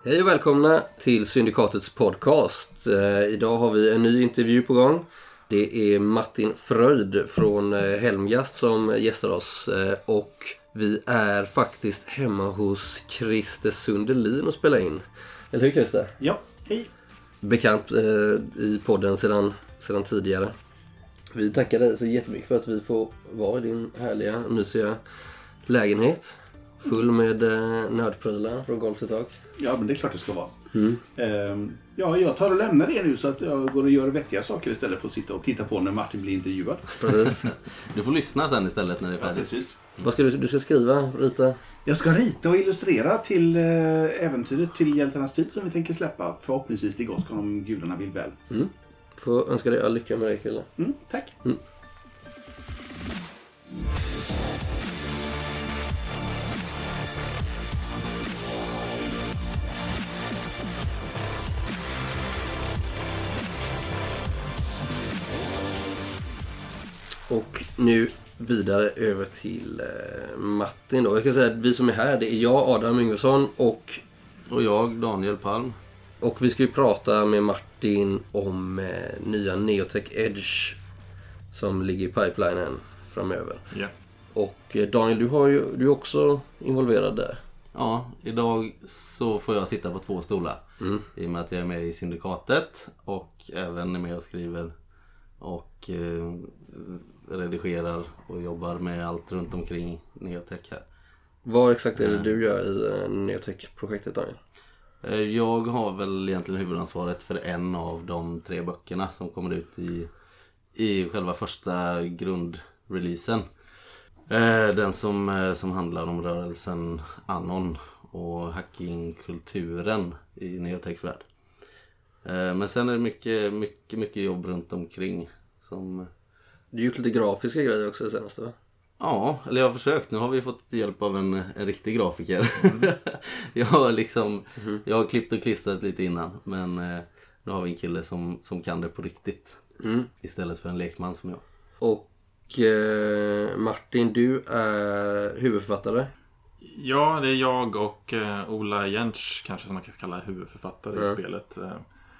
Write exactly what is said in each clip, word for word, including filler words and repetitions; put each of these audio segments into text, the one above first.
Hej och välkomna till Syndikatets podcast. Eh, idag har vi en ny intervju på gång. Det är Martin Fröjd från eh, Helmgast som gästar oss. Eh, och vi är faktiskt hemma hos Christer Sundelin och spelar in. Eller hur, Christer? Ja, hej. Bekant eh, i podden sedan, sedan tidigare. Vi tackar dig så jättemycket för att vi får vara i din härliga, mysiga lägenhet. Full med eh, nördprylar från golv till tak. Ja, men det är klart det ska vara. Mm. Ehm, ja, jag tar och lämnar det nu så att jag går och gör vettiga saker istället för att sitta och titta på när Martin blir intervjuad. Precis. Du får lyssna sen istället när det är Ja, färdigt. precis. Vad ska du, du ska skriva, rita? Jag ska rita och illustrera till eh, äventyret till Hjältarnas tid som vi tänker släppa. Förhoppningsvis till Gothcon om gudarna vill väl. Mm. Får önska dig all lycka med det, kille. Mm, tack. Mm. Och nu vidare över till eh, Martin då. Jag ska säga att vi som är här, det är jag, Adam Yngvesson och... Och jag, Daniel Palm. Och vi ska ju prata med Martin om eh, nya Neotech Edge som ligger i pipelinen framöver. Ja. Och eh, Daniel, du, har ju, du är också involverad där. Ja, idag så får jag sitta på två stolar. Mm. I och med att jag är med i Syndikatet och även är med och skriver och eh, redigerar och jobbar med allt runt omkring Neotech här. Vad exakt är det du gör i eh, Neotech-projektet, Daniel? Eh, Jag har väl egentligen huvudansvaret för en av de tre böckerna som kommer ut i, i själva första grundreleasen. Eh, Den som, eh, som handlar om rörelsen Anon och hackingkulturen i Neotechs värld. Eh, Men sen är det mycket, mycket, mycket jobb runt omkring som... Du har gjort lite grafiska grejer också det senaste, va? Ja, eller jag har försökt. Nu har vi fått hjälp av en, en riktig grafiker. Mm. jag, har liksom, mm. jag har klippt och klistrat lite innan. Men eh, nu har vi en kille som, som kan det på riktigt. Mm. Istället för en lekman som jag. Och eh, Martin, du är huvudförfattare. Ja, det är jag och eh, Ola Jentsch kanske som man kan kalla huvudförfattare Mm. i spelet. Eh,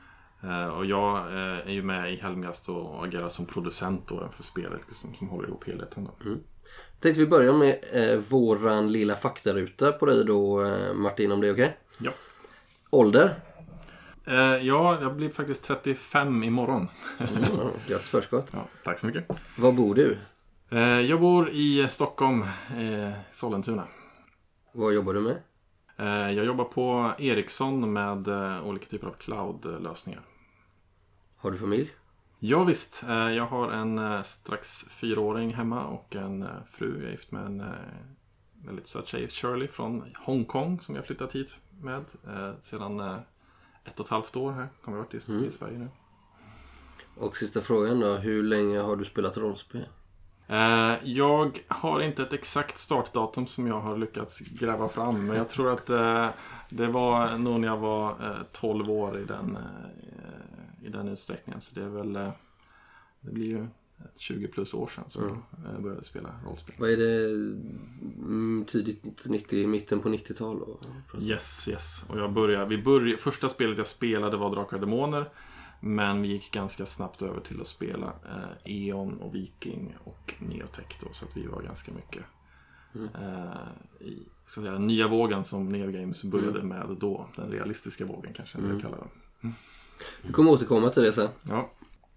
och jag eh, är ju med i Helmgast och agerar som producent då för spelet liksom, som håller ihop helheten då. Mm. Tänkte vi börja med eh, våran lilla faktaruta på dig då, eh, Martin, om det är okej? Okay? Ja. Ålder? Eh, ja, jag blir faktiskt trettiofem imorgon. Mm, ja, grattis förskott. Ja, tack så mycket. Var bor du? Eh, jag bor i Stockholm, eh, Sollentuna. Vad jobbar du med? Eh, jag jobbar på Ericsson med eh, olika typer av cloud-lösningar. Har du familj? Ja visst, eh, jag har en eh, strax fyraåring hemma och en eh, fru. Jag är gift med en eh, väldigt söt tjej, Shirley från Hongkong som jag flyttat hit med eh, sedan eh, ett och ett halvt år här. Kommer jag varit i, Mm. i Sverige nu. Och sista frågan då, hur länge har du spelat rollspel? Eh, jag har inte ett exakt startdatum som jag har lyckats gräva fram. Men jag tror att eh, det var nog när jag var eh, tolv år i den, eh, i den utsträckningen. Så det är väl, eh, det blir ju tjugo plus år sedan som Mm. jag började spela rollspel. Vad är det, mm, tidigt nittio, mitten på nittiotal då? Yes, yes. Och jag började, vi började, första spelet jag spelade var Drakar och Demoner. Men vi gick ganska snabbt över till att spela eh, E.ON och Viking och Neotech då. Så att vi var ganska mycket Mm. eh, i så att säga, den nya vågen som Neo Games började Mm. med då. Den realistiska vågen kanske Mm. jag kallar det. Vi kommer återkomma till det sen. Ja.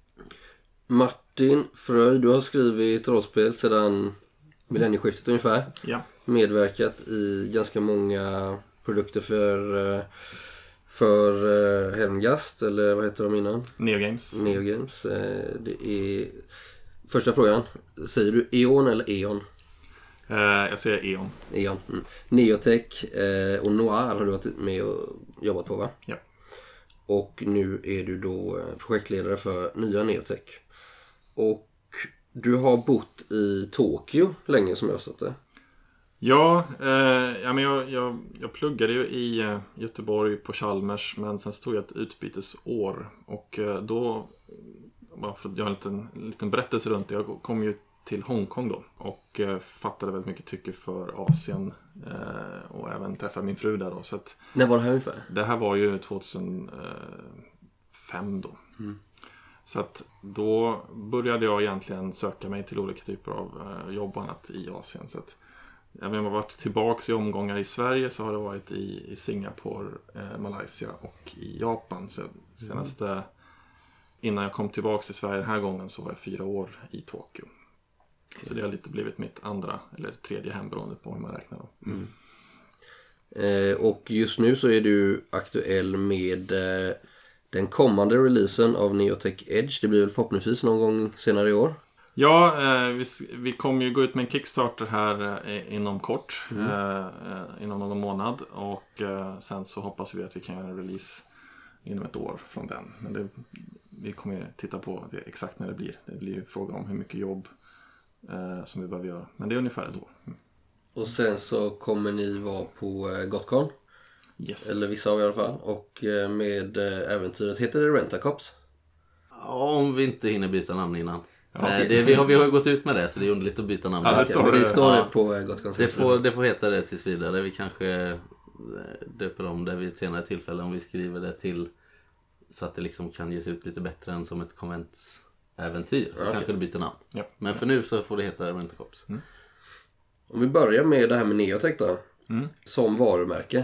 Martin Fröjd, du har skrivit rollspel sedan millennieskiftet ungefär. Ja. Medverkat i ganska många produkter för, eh, för eh, Helmgast, eller vad heter de innan? Neo Games. Neo Games. Eh, det är... Första frågan, säger du E.ON eller E.ON? Eh, jag säger E.ON. E.ON. Mm. Neotech eh, och Noir har du varit med och jobbat på, va? Ja. Och nu är du då projektledare för nya Neotech. Och du har bott i Tokyo länge som jag har stått det. Ja, eh, ja men jag, jag, jag pluggade ju i eh, Göteborg på Chalmers. Men sen så tog jag ett utbytesår. Och eh, då, bara för att göra en liten, en liten berättelse runt det. Jag kom ju till Hongkong då. Och eh, fattade väldigt mycket tycke för Asien. Eh, och även träffade min fru där då. Så att, när var det här ungefär? det här var ju tjugohundrafem då. Mm. Så att då började jag egentligen söka mig till olika typer av eh, jobb och annat i Asien. Så att jag har varit tillbaka i omgångar i Sverige, så har det varit i, i Singapore, eh, Malaysia och i Japan. Så senaste, mm. innan jag kom tillbaka till Sverige den här gången, så var jag fyra år i Tokyo. Okay. Så det har lite blivit mitt andra eller tredje hem, beroende på hur man räknar då. Mm. Eh, och just nu så är du aktuell med eh, den kommande releasen av Neotech Edge. Det blir väl förhoppningsvis någon gång senare i år. Ja, eh, vi, vi kommer ju gå ut med en Kickstarter här eh, inom kort. Mm. Eh, inom någon månad. Och eh, sen så hoppas vi att vi kan göra en release inom ett år från den. Men det, vi kommer titta på det exakt när det blir. Det blir ju fråga om hur mycket jobb eh, som vi behöver göra. Men det är ungefär ett år. Mm. Och sen så kommer ni vara på eh, Gotcon. Yes. Eller vissa av i alla fall. Och eh, med eh, äventyret, heter det Rent-A-Cops? Ja, om vi inte hinner byta namn innan. Ja, Nej, det, vi, har, vi har gått ut med det, så det är underligt att byta namn. Ja, det står det, det, står ja, det på eh, Gotcon. Det får, det får heta det tills vidare. Vi kanske döper om det vid ett senare tillfälle, om vi skriver det till så att det liksom kan ges ut lite bättre än som ett konventsäventyr. Så okay. kanske det byter namn. Ja. Men för nu så får det heta Rent-A-Cops. Mm. Om vi börjar med det här med Neotech då. Mm. Som varumärke.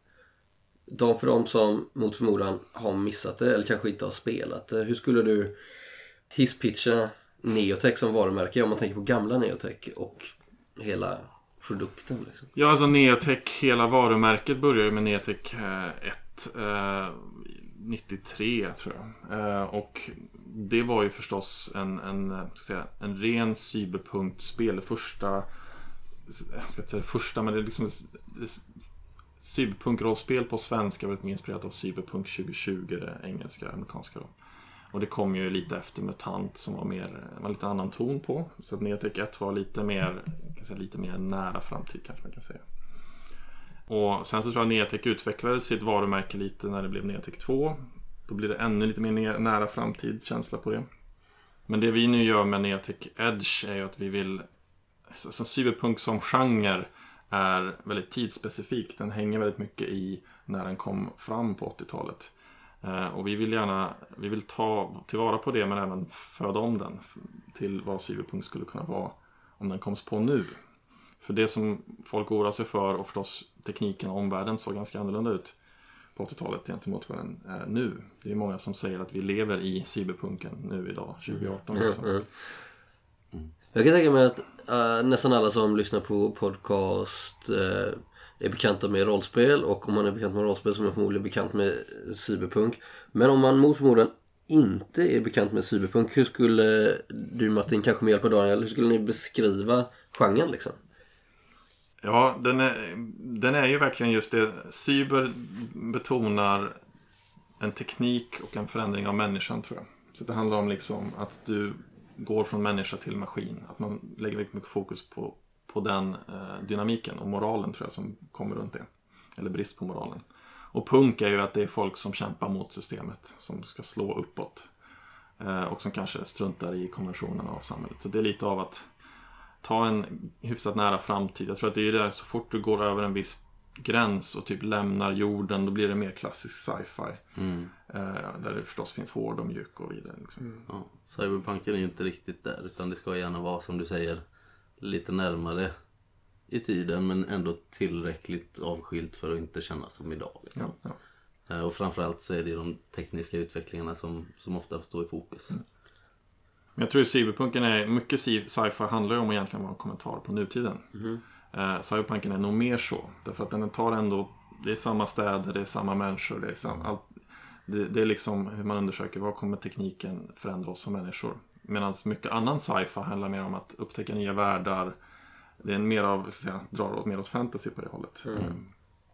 De för de som mot förmodan har missat det eller kanske inte har spelat det. Hur skulle du hisspitcha Neotech som varumärke om man tänker på gamla Neotech och hela produkten liksom? Ja, alltså Neotech, hela varumärket började med Neotech ett eh, nittiotre tror jag. Eh, och det var ju förstås en, en, ska säga, en ren cyberpunktspel. Det första, jag ska inte säga det första, men det är liksom det, cyberpunk-rollspel på svenska, väldigt inspirerat av Cyberpunk tjugo tjugo, det engelska, amerikanska då. Och det kom ju lite efter Mutant som var mer, var lite annan ton på. Så att Neotech ett var lite mer, kan säga, lite mer nära framtid kanske man kan säga. Och sen så tror jag Neotech utvecklade sitt varumärke lite när det blev Neotech två. Då blir det ännu lite mer nära framtid känsla på det. Men det vi nu gör med Neotech Edge är ju att vi vill, som cyberpunk som genre är väldigt tidsspecifik. Den hänger väldigt mycket i när den kom fram på åttiotalet. Eh, och vi vill gärna vi vill ta tillvara på det, men även föda om den till vad cyberpunk skulle kunna vara om den koms på nu. För det som folk oroar sig för, och förstås tekniken och omvärlden såg ganska annorlunda ut på åttiotalet gentemot vad den är nu. Det är många som säger att vi lever i cyberpunken nu idag, tjugo arton. Liksom. Mm, mm. Jag kan tänka mig att uh, nästan alla som lyssnar på podcast uh, är bekanta med rollspel, och om man är bekant med rollspel så är man förmodligen bekant med cyberpunk. Men om man mot förmodan inte är bekant med cyberpunk, hur skulle du, Martin, kanske med hjälp av Daniel, hur skulle ni beskriva genren liksom? Ja, den är, den är ju verkligen just det. Cyber betonar en teknik och en förändring av människan, tror jag. Så det handlar om liksom att du går från människa till maskin. Att man lägger väldigt mycket fokus på, på den eh, dynamiken och moralen, tror jag, som kommer runt det. Eller brist på moralen. Och punk är ju att det är folk som kämpar mot systemet, som ska slå uppåt. Eh, och som kanske struntar i konventionerna av samhället. Så det är lite av att ta en hyfsat nära framtid. Jag tror att det är där, så fort du går över en viss gräns och typ lämnar jorden, då blir det mer klassisk sci-fi. Mm. Eh, där det förstås finns hård och mjuk och vidare. Liksom. Mm. Ja, cyberpunken är ju inte riktigt där, utan det ska gärna vara, som du säger, lite närmare i tiden, men ändå tillräckligt avskilt för att inte kännas som idag. Liksom. Ja, ja. Eh, och framförallt så är det de tekniska utvecklingarna som, som ofta får stå i fokus. Mm. Men jag tror att cyberpunken är, mycket sci-fi handlar ju om egentligen vara en kommentar på nutiden. Mm. Eh, cyberpunken är nog mer så. Därför att den tar ändå, det är samma städer, det är samma människor, det är, samma, allt, det, det är liksom hur man undersöker, vad kommer tekniken förändra oss som människor. Medan mycket annan sci-fi handlar mer om att upptäcka nya världar. Det är en mer av, så jag drar åt mer åt fantasy på det hållet. Mm. Mm.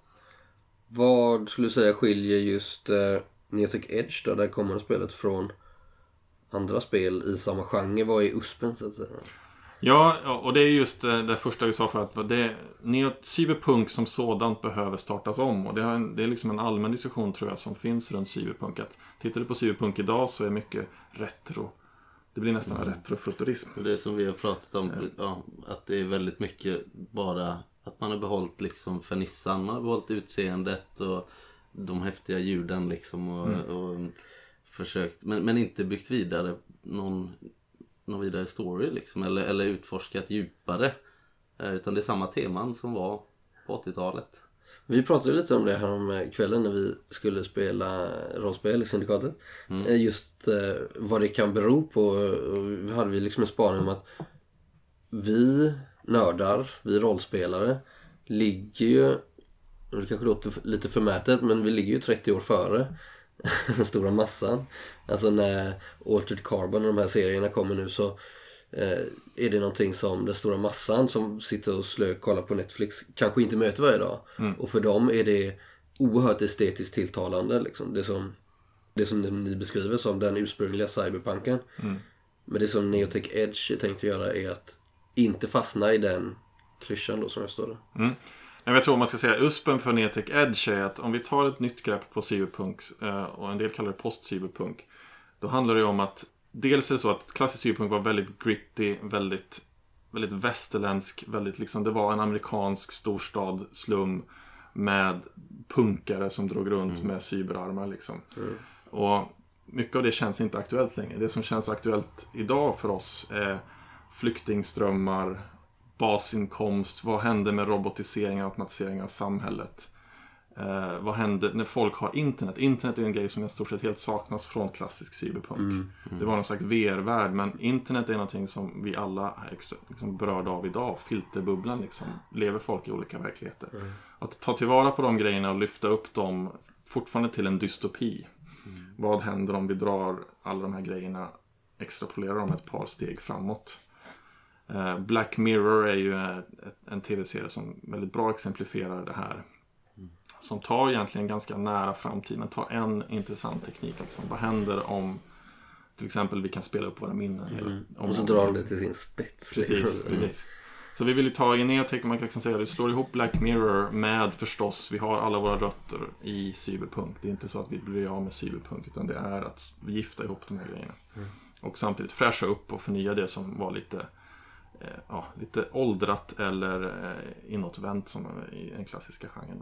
Vad skulle du säga skiljer just eh, Neotech Edge då, där kommer spelet från andra spel i samma genre? Vad är uspen, så att säga? Ja, och det är just det första vi sa, för att det, cyberpunk som sådant behöver startas om. Och det, har en, det är liksom en allmän diskussion, tror jag, som finns runt cyberpunk. Att tittar du på cyberpunk idag så är mycket retro. Det det blir nästan mm. retrofuturism. Det är som vi har pratat om, ja. Ja, att det är väldigt mycket bara att man har behållit liksom fernissan, man har behållit utseendet och de häftiga ljuden liksom och, mm. och försökt, men, men inte byggt vidare någon, någon vidare story liksom, eller, eller utforskat djupare, utan det är samma teman som var på åttiotalet. Vi pratade lite om det här om kvällen när vi skulle spela rollspel i syndikatet. Mm. Just eh, vad det kan bero på. Vi hade vi liksom en spaning om att vi nördar, vi rollspelare ligger ju, det kanske låter lite förmätet, men vi ligger ju trettio år före den stora massan. Alltså när Altered Carbon och de här serierna kommer nu, så eh, är det någonting som den stora massan som sitter och slö, kollar på Netflix kanske inte möter varje dag. Mm. Och för dem är det oerhört estetiskt tilltalande liksom. Det som, det som ni beskriver som den ursprungliga cyberpunken. Mm. Men det som Neotech Edge tänkte göra är att inte fastna i den klyschan då, som jag står där. Mm. Jag tror man ska säga uspen för Neotech Edge är att om vi tar ett nytt grepp på cyberpunk, och en del kallar det post-cyberpunk, då handlar det om att dels är det så att klassisk cyberpunk var väldigt gritty, väldigt, väldigt västerländsk, väldigt liksom, det var en amerikansk storstad, slum med punkare som drog runt mm. med cyberarmar liksom. Mm. Och mycket av det känns inte aktuellt längre. Det som känns aktuellt idag för oss är flyktingströmmar, basinkomst, vad händer med robotisering och automatisering av samhället? Eh, vad händer när folk har internet? Internet är en grej som i stort sett helt saknas från klassisk cyberpunk. Mm, mm. Det var någon slags V R-värld, men internet är någonting som vi alla är liksom berörda av idag. Filterbubblan liksom. Lever folk i olika verkligheter. Mm. Att ta tillvara på de grejerna och lyfta upp dem fortfarande till en dystopi. Mm. Vad händer om vi drar alla de här grejerna, extrapolerar dem ett par steg framåt? Black Mirror är ju en tv-serie som väldigt bra exemplifierar det här. Mm. Som tar egentligen ganska nära framtiden. Tar en intressant teknik. Liksom. Vad händer om till exempel vi kan spela upp våra minnen? Mm. Och så drar det till sin spets. Precis, mm. precis. Så vi vill ju ta i Neotech, man kan säga att vi slår ihop Black Mirror med förstås, vi har alla våra rötter i cyberpunk. Det är inte så att vi blir av med cyberpunk, utan det är att gifta ihop de här grejerna. Mm. Och samtidigt fräscha upp och förnya det som var lite Ja, lite åldrat eller eh, inåtvänt som i den klassiska genren.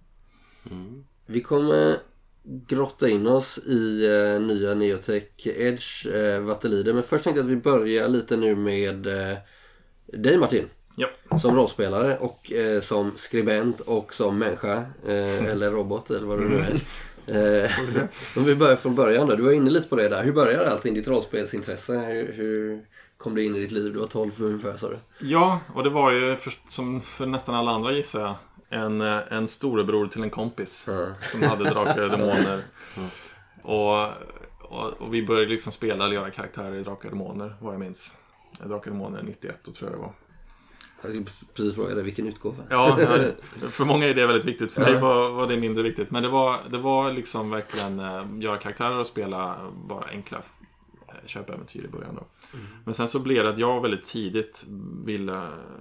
Mm. Vi kommer grotta in oss i eh, nya Neotech Edge, eh, vad det lider. Men först tänkte jag att vi börjar lite nu med eh, dig Martin. Ja. Som rollspelare och eh, som skribent och som människa eh, eller robot eller vad det nu är. Eh, om vi börjar från början då. Du var inne lite på det där. Hur började allting ditt rollspelsintresse? Hur... hur... kom du in i ditt liv? Du var tolv ungefär, sa du. Ja, och det var ju för, som för nästan alla andra gissar jag en, en storebror till en kompis mm. som hade Drakar och Demoner. Mm. Och, och, och vi började liksom spela eller göra karaktärer i Drakar och Demoner, vad jag minns. Drakar och Demoner nittioett, då tror jag det var. Jag skulle precis fråga dig vilken utgåva. Ja, för många är det väldigt viktigt. För mig var, var det mindre viktigt. Men det var, det var liksom verkligen äh, göra karaktärer och spela bara enkla äh, köpäventyr i början då. Mm. Men sen så blev det att jag väldigt tidigt ville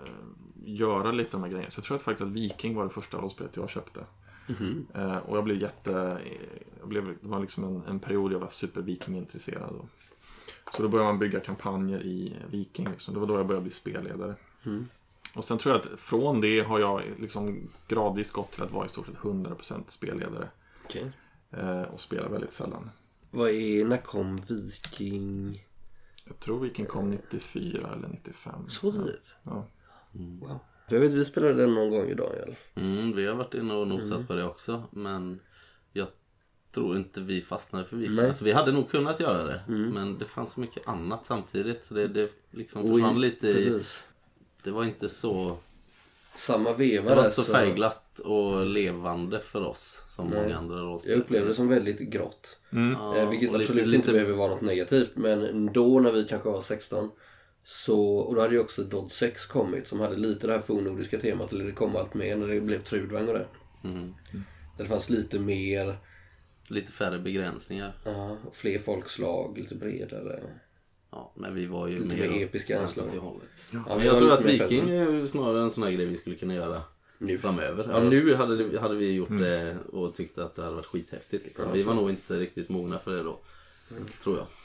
göra lite av de här grejerna. Så jag tror att faktiskt att Viking var det första rollspelet jag köpte. Mm. Eh, och jag blev jätte... Jag blev, det var liksom en, en period jag var super Viking-intresserad. Då. Så då började man bygga kampanjer i Viking. Liksom. Det var då jag började bli spelledare. Mm. Och sen tror jag att från det har jag liksom gradvis gått till att vara i stort sett hundra procent spelledare. Okay. Eh, och spela väldigt sällan. Vad är, när kom Viking... Jag tror Viking kom nittiofyra eller nittiofem. Så tidigt? Ja. Mm. Wow. Jag vet, vi spelade den någon gång idag. Eller? Mm, vi har varit inne och nosat mm. på det också. Men jag tror inte vi fastnade för Viking. Alltså, vi hade nog kunnat göra det. Mm. Men det fanns så mycket annat samtidigt. Så det, det liksom försvann Oj, lite i... Det var inte så... Samma veva. Det var inte så färgglatt och levande för oss som Nej. många andra rollspel. Jag upplevde det som väldigt grått. Mm. Ja, vilket absolut lite, inte behöver vara något negativt. Men då när vi kanske var sexton så, och då hade ju också Dodd sex kommit som hade lite det här fornnordiska temat. Eller det kom allt mer när det blev Trudvang och det. Mm. Mm. Där det fanns lite mer... Lite färre begränsningar. Ja, och fler folkslag, lite bredare. Ja, men vi var ju lite mer episka anslag. Ja, ja, men jag tror att Viking är snarare en sån här grej vi skulle kunna göra nu framöver. Ja, nu hade, det, hade vi gjort mm. det och tyckte att det hade varit skithäftigt. Liksom. Vi var nog inte riktigt mogna för det då, mm. tror jag.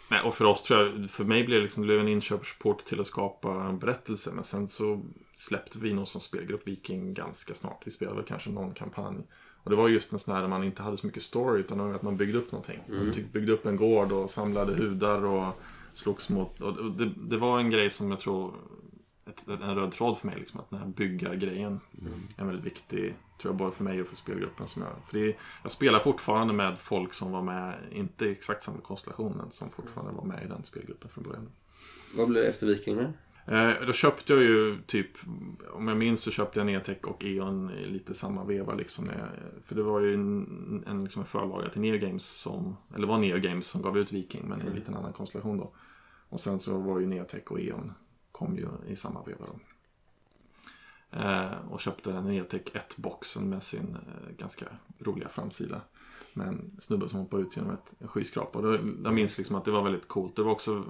Nej, och för oss tror jag, för mig blev det liksom, det blev en inköpsport till att skapa en berättelse. Men sen så släppte vi nog som spelgrupp Viking ganska snart. Vi spelade väl kanske någon kampanj. Och det var just en sån här där man inte hade så mycket story, utan att man byggde upp någonting. Mm. Man byggde upp en gård och samlade hudar och slogs mot. Och det, det var en grej som jag tror, ett, en röd tråd för mig, liksom, att den här byggargrejen mm. är väldigt viktig, tror jag, både för mig och för spelgruppen. Som jag, för det, jag spelar fortfarande med folk som var med, inte exakt samma konstellation, men som fortfarande var med i den spelgruppen från början. Vad blev det efter Viking nu? Eh, då köpte jag ju typ, om jag minns så köpte jag Neotech och E.ON i lite samma veva liksom. För det var ju en, en, liksom en förlaga till Neo Games som, eller var Neo Games som gav ut Viking, men i en liten annan konstellation då. Och sen så var ju Neotech och E.ON kom ju i samma veva då. Eh, och köpte den Neotech ett-boxen med sin eh, ganska roliga framsida. Med en snubbe som hoppar ut genom ett skyskrapa. Och då, jag minns liksom att det var väldigt coolt. Det var också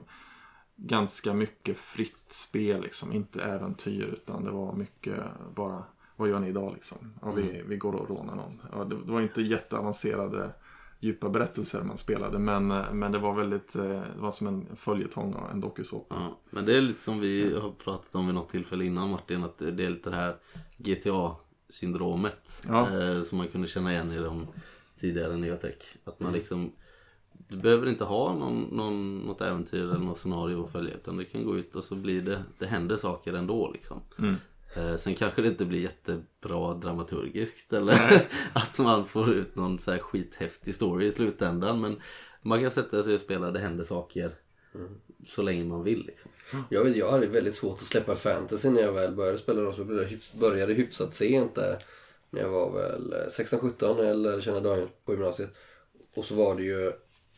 ganska mycket fritt spel liksom, inte äventyr, utan det var mycket bara, vad gör ni idag liksom? Ja, vi, vi går och rånar någon. Ja, det, det var inte jätteavancerade djupa berättelser man spelade, men, men det var väldigt, det var som en följetong och en dokusåpa. Ja, men det är lite som vi har pratat om vid något tillfälle innan, Martin, att det är lite det här G T A-syndromet ja. eh, som man kunde känna igen i de tidigare Neotech. Att man mm. liksom, du behöver inte ha någon, någon, något äventyr eller något scenario att följa, utan det kan gå ut och så blir det, det händer saker ändå liksom. Mm. Eh, sen kanske det inte blir jättebra dramaturgiskt eller att man får ut någon så här skithäftig story i slutändan, men man kan sätta sig och spela, det händer saker mm. så länge man vill liksom. Jag vet, jag hade väldigt svårt att släppa fantasy när jag väl började spela då, så började hyfsat sent där när jag var väl sexton sjutton eller kände dagen på gymnasiet, och så var det ju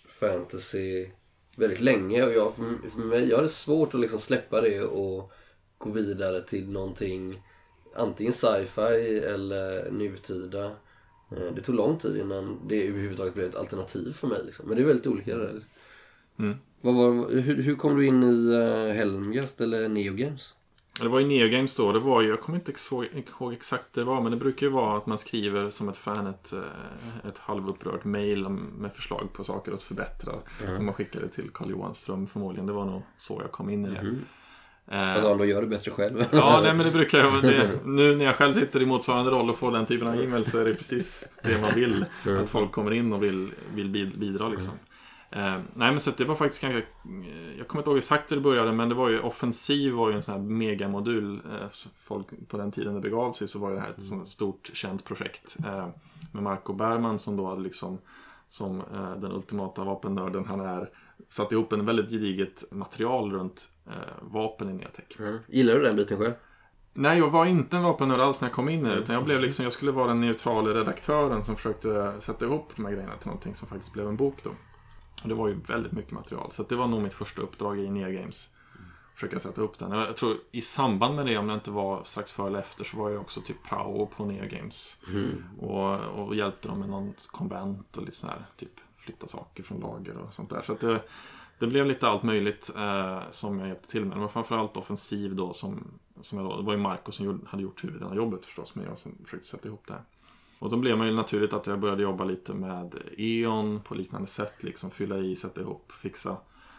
fantasy väldigt länge, och jag, för, för mig, jag hade svårt att liksom släppa det och gå vidare till någonting antingen sci-fi eller nutida. Det tog lång tid innan det överhuvudtaget blev ett alternativ för mig liksom. Men det är väldigt olika det där liksom. mm. Vad var, hur, hur kom du in i uh, Helmgast eller Neo Games? Det var i Neo Games då. Det var ju, jag kommer inte ihåg exakt det var, men det brukar ju vara att man skriver som ett fan ett, ett halvupprört mejl med förslag på saker att förbättra mm. som man skickade till Carl Johan Ström förmodligen. Det var nog så jag kom in i det. Mm. Alltså om du gör det bättre själv. Ja, nej, men det brukar jag det, nu när jag själv sitter i motsvarande roll och får den typen av e-mail, så är det precis det man vill. Mm. Att folk kommer in och vill, vill bidra liksom. Mm. Uh, nej men så det var faktiskt ganska, jag kommer inte ihåg exakt hur det började, men det var ju, offensiv var ju en sån här megamodul. Uh, folk på den tiden det begav sig, så var det här ett sånt stort känt projekt uh, med Marco Bergman, som då hade liksom, som uh, den ultimata vapennörden han är, satt ihop en väldigt gediget material runt uh, vapen i Neotech. Mm. Gillar du den biten själv? Nej, jag var inte en vapennörd alls när jag kom in här, utan jag blev liksom, jag skulle vara den neutrala redaktören som försökte sätta ihop de här grejerna till någonting som faktiskt blev en bok då. Och det var ju väldigt mycket material, så det var nog mitt första uppdrag i Neo Games. Försöka sätta upp den. Jag tror i samband med det, om det inte var strax före eller efter, så var jag också typ prao på Neo Games. Mm. Och, och hjälpte dem med någon konvent och lite sån här, typ flytta saker från lager och sånt där. Så att det, det blev lite allt möjligt eh, som jag hjälpte till med. Det var framförallt offensiv då, som, som jag då, det var ju Marco som gjorde, hade gjort huvudet av jobbet förstås, men jag som försökte sätta ihop det här. Och då blev man ju naturligt att jag började jobba lite med E.ON på liknande sätt, liksom fylla i, sätta ihop, fixa.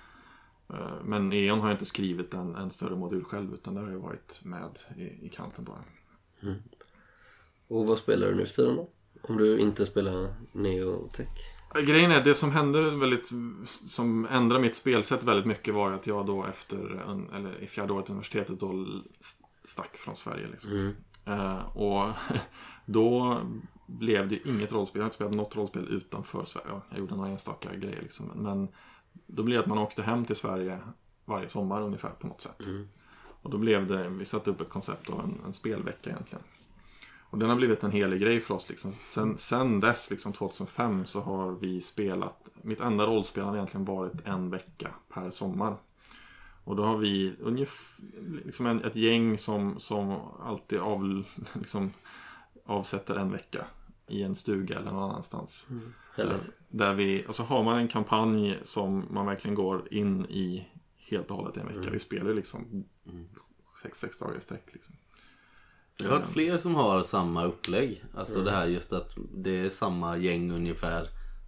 Men E.ON har jag inte skrivit en, en större modul själv, utan där har jag varit med i, i kanten bara. Mm. Och vad spelar du nu för tiden då? Om du inte spelar Neotech? Grejen är, det som hände väldigt, som ändrade mitt spelsätt väldigt mycket, var att jag då efter, eller i fjärde året universitetet då stack från Sverige liksom. Mm. Uh, och då blev det inget rollspel. Jag har inte spelat något rollspel utanför Sverige. Jag gjorde några enstaka grejer liksom. Men då blev det att man åkte hem till Sverige varje sommar ungefär på något sätt. Mm. Och då blev det, vi satte upp ett koncept av en, en spelvecka egentligen. Och den har blivit en helig grej för oss liksom. Sen, sen dess, liksom tjugohundrafem, så har vi spelat, mitt enda rollspel har egentligen varit en vecka per sommar. Och då har vi ungefär liksom en, ett gäng som, som alltid av, liksom, avsätter en vecka i en stuga eller någon annanstans. Mm. Där, där vi, och så har man en kampanj som man verkligen går in i helt och hållet i en vecka. Mm. Vi spelar liksom mm. sex, sex dagar i sträck liksom. Jag har hört fler som har samma upplägg. Alltså mm. det här just att det är samma gäng ungefär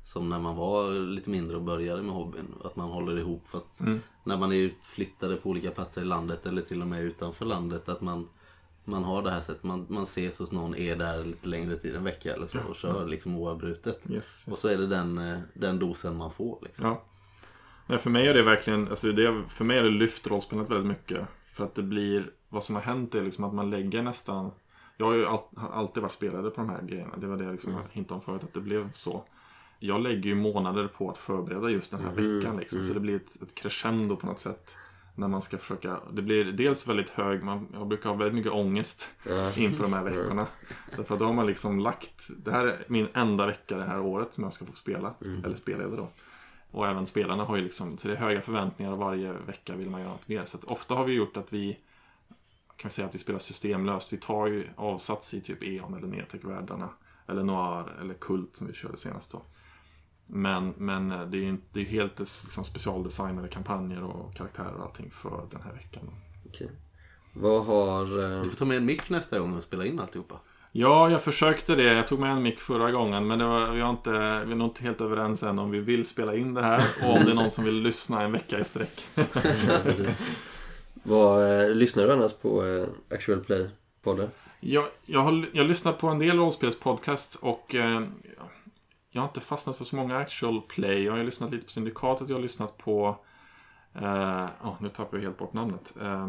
som när man var lite mindre och började med hobbyn. Att man håller ihop fast Mm. när man är utflyttade på olika platser i landet eller till och med utanför landet, att man, man har det här sättet, man, man ses hos någon, är där lite längre tid, en vecka eller så, och kör liksom oavbrutet. Yes, yes. Och så är det den, den dosen man får liksom. Ja. Nej, för mig är det verkligen, alltså det, för mig är det lyft rollspelet väldigt mycket. För att det blir, vad som har hänt är liksom att man lägger nästan, jag har ju all, har alltid varit spelare på de här grejerna. Det var det jag liksom hintade om förut, att det blev så. Jag lägger ju månader på att förbereda just den här Mm, veckan liksom. mm. Så det blir ett, ett crescendo på något sätt. När man ska försöka, det blir dels väldigt hög, man, jag brukar ha väldigt mycket ångest Ja. inför de här veckorna. Därför att då har man liksom lagt, det här är min enda vecka det här året som jag ska få spela. Mm. Eller spelleda då. Och även spelarna har ju liksom, så det är höga förväntningar och varje vecka vill man göra något mer. Så att ofta har vi gjort att vi, kan vi säga att vi spelar systemlöst. Vi tar ju avsats i typ E O N eller Netek-världarna. Eller Noir eller Kult som vi körde senast då. Men, men det är ju det är helt liksom specialdesignade kampanjer och karaktärer och allting för den här veckan. Okej. Vad har... eh, Du får ta med en mick nästa gång och spela in alltihopa. Ja, jag försökte det. Jag tog med en mick förra gången. Men det var, vi, har inte, vi är nog inte helt överens än om vi vill spela in det här. Och om det är någon som vill lyssna en vecka i sträck. Vad, eh, lyssnar du annars på eh, Actual Play-podden? Jag, jag har jag lyssnar på en del rollspelspodcast och eh, jag har inte fastnat för så många actual play. Jag har ju lyssnat lite på Syndikatet. Jag har lyssnat på... Eh, oh, nu tappar jag helt bort namnet. Eh,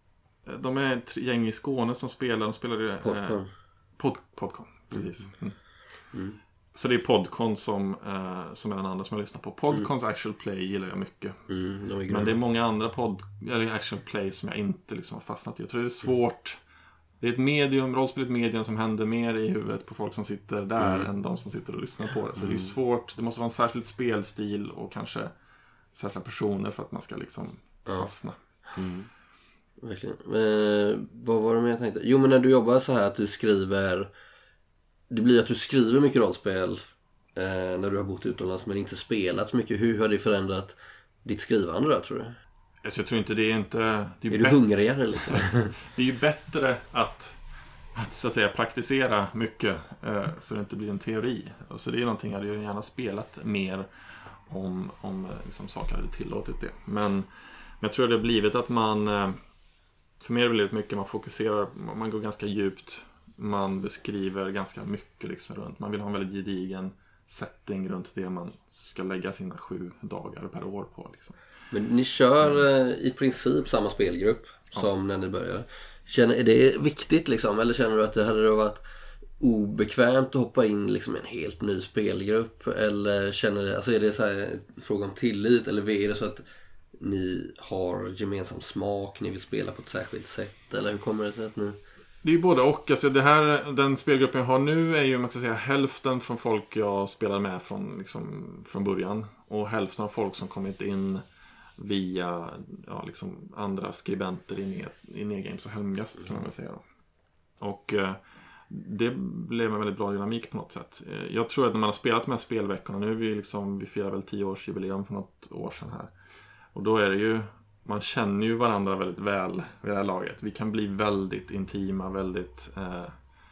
de är ett gäng i Skåne som spelar. De spelar eh, Popcorn. pod, Podcon, precis. Mm. Mm. Så det är Podcon som, eh, som är den andra som jag lyssnar på. Podcons actual play gillar jag mycket. Mm, de är Men gröna. det är många andra pod, eller actual play som jag inte liksom har fastnat i. Jag tror det är svårt. Det är ett medium, rollspel är ett medium som händer mer i huvudet på folk som sitter där Mm. än de som sitter och lyssnar på det. Så det är ju svårt. Det måste vara en särskild spelstil och kanske särskilda personer för att man ska liksom Ja. fastna. Mm. Verkligen. Eh, vad var det mer jag tänkte? Jo, men när du jobbar så här att du skriver... Det blir att du skriver mycket rollspel eh, när du har bott utomlands men inte spelat så mycket. Hur har det förändrat ditt skrivande då, tror du? Alltså jag tror inte det är inte... Det är, Är ju du bättre, hungrigare liksom? det är ju bättre att, att så att säga praktisera mycket eh, så det inte blir en teori. Och så det är någonting jag hade ju gärna spelat mer om, om eh, liksom, saker hade tillåtit det. Men, men jag tror det har blivit att man... Eh, för mig är det väldigt mycket man fokuserar, man går ganska djupt, man beskriver ganska mycket liksom runt. Man vill ha en väldigt gedigen setting runt det man ska lägga sina sju dagar per år på liksom. Men ni kör eh, i princip samma spelgrupp som när ni började. Känner, är det viktigt liksom? Eller känner du att det hade varit obekvämt att hoppa in liksom, i en helt ny spelgrupp? Eller känner, alltså är det så här fråga om tillit? Eller är det så att ni har gemensam smak, ni vill spela på ett särskilt sätt? Eller hur kommer det sig att ni... Det är ju både och. Alltså det här, den spelgruppen jag har nu är ju man ska säga, hälften från folk jag spelar med från, liksom, från början. Och hälften av folk som kommit in via ja, liksom, andra skribenter i, i Negames och Helmgast kan man väl säga då. Och eh, det blev en väldigt bra dynamik på något sätt. Eh, jag tror att när man har spelat med spelveckorna, nu är vi liksom, vi firar väl tio års jubileum för något år sedan här. Och då är det ju, man känner ju varandra väldigt väl vid det här laget. Vi kan bli väldigt intima, väldigt eh,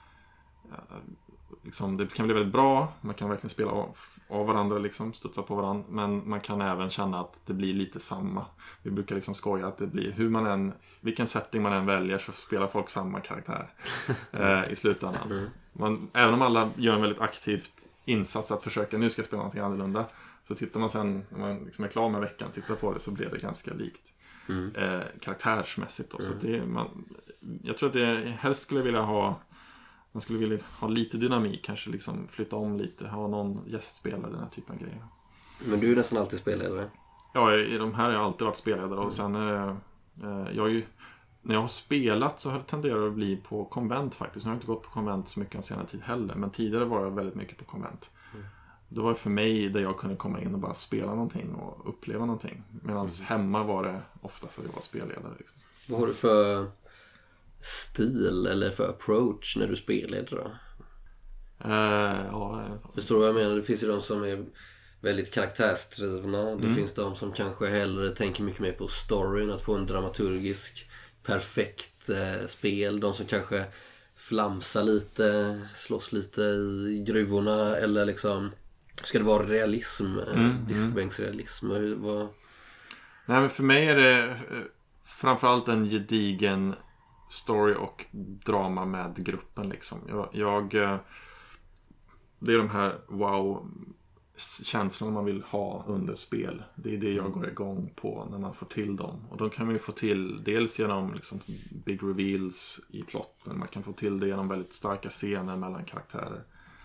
liksom, det kan bli väldigt bra. Man kan verkligen spela av, av varandra liksom, studsa på varandra. Men man kan även känna att det blir lite samma. Vi brukar liksom skoja att det blir, hur man än, vilken setting man än väljer så spelar folk samma karaktär eh, i slutändan. Man, även om alla gör en väldigt aktivt insats att försöka, nu ska jag spela något annorlunda. Så tittar man sen, när man liksom är klar med veckan, tittar på det så blir det ganska likt. Mm. Eh, karaktärsmässigt då. Mm. Så det, man, jag tror att det, helst skulle jag vilja ha, man skulle vilja ha lite dynamik, kanske liksom flytta om lite, ha någon gästspelare, den här typen av grejer. Men du är nästan alltid spelledare. Ja, i de här har jag alltid varit spelledare och sen är det, eh, jag är ju, när jag har spelat så har det tenderat att bli på konvent faktiskt. Jag har inte gått på konvent så mycket en senare tid heller, men tidigare var jag väldigt mycket på konvent. Mm. Det var för mig där jag kunde komma in och bara spela någonting och uppleva någonting. Medan mm. hemma var det oftast att jag var spelledare. Liksom. Vad har du för stil eller för approach när du spelleder då? Uh, ja, Förstår du vad jag menar? Det finns ju de som är väldigt karaktärsdrivna. Det Mm. finns de som kanske hellre tänker mycket mer på storyn, att få en dramaturgisk perfekt eh, spel. De som kanske flamsar lite, slåss lite i gruvorna eller liksom Ska det vara realism? Mm, Diskbänksrealism? Hur, vad... Nej, men för mig är det framförallt en gedigen story och drama med gruppen liksom. Jag, jag det är de här wow-känslorna man vill ha under spel. Det är det jag går igång på när man får till dem. Och de kan man ju få till dels genom liksom big reveals i plotten. Man kan få till det genom väldigt starka scener mellan karaktärer.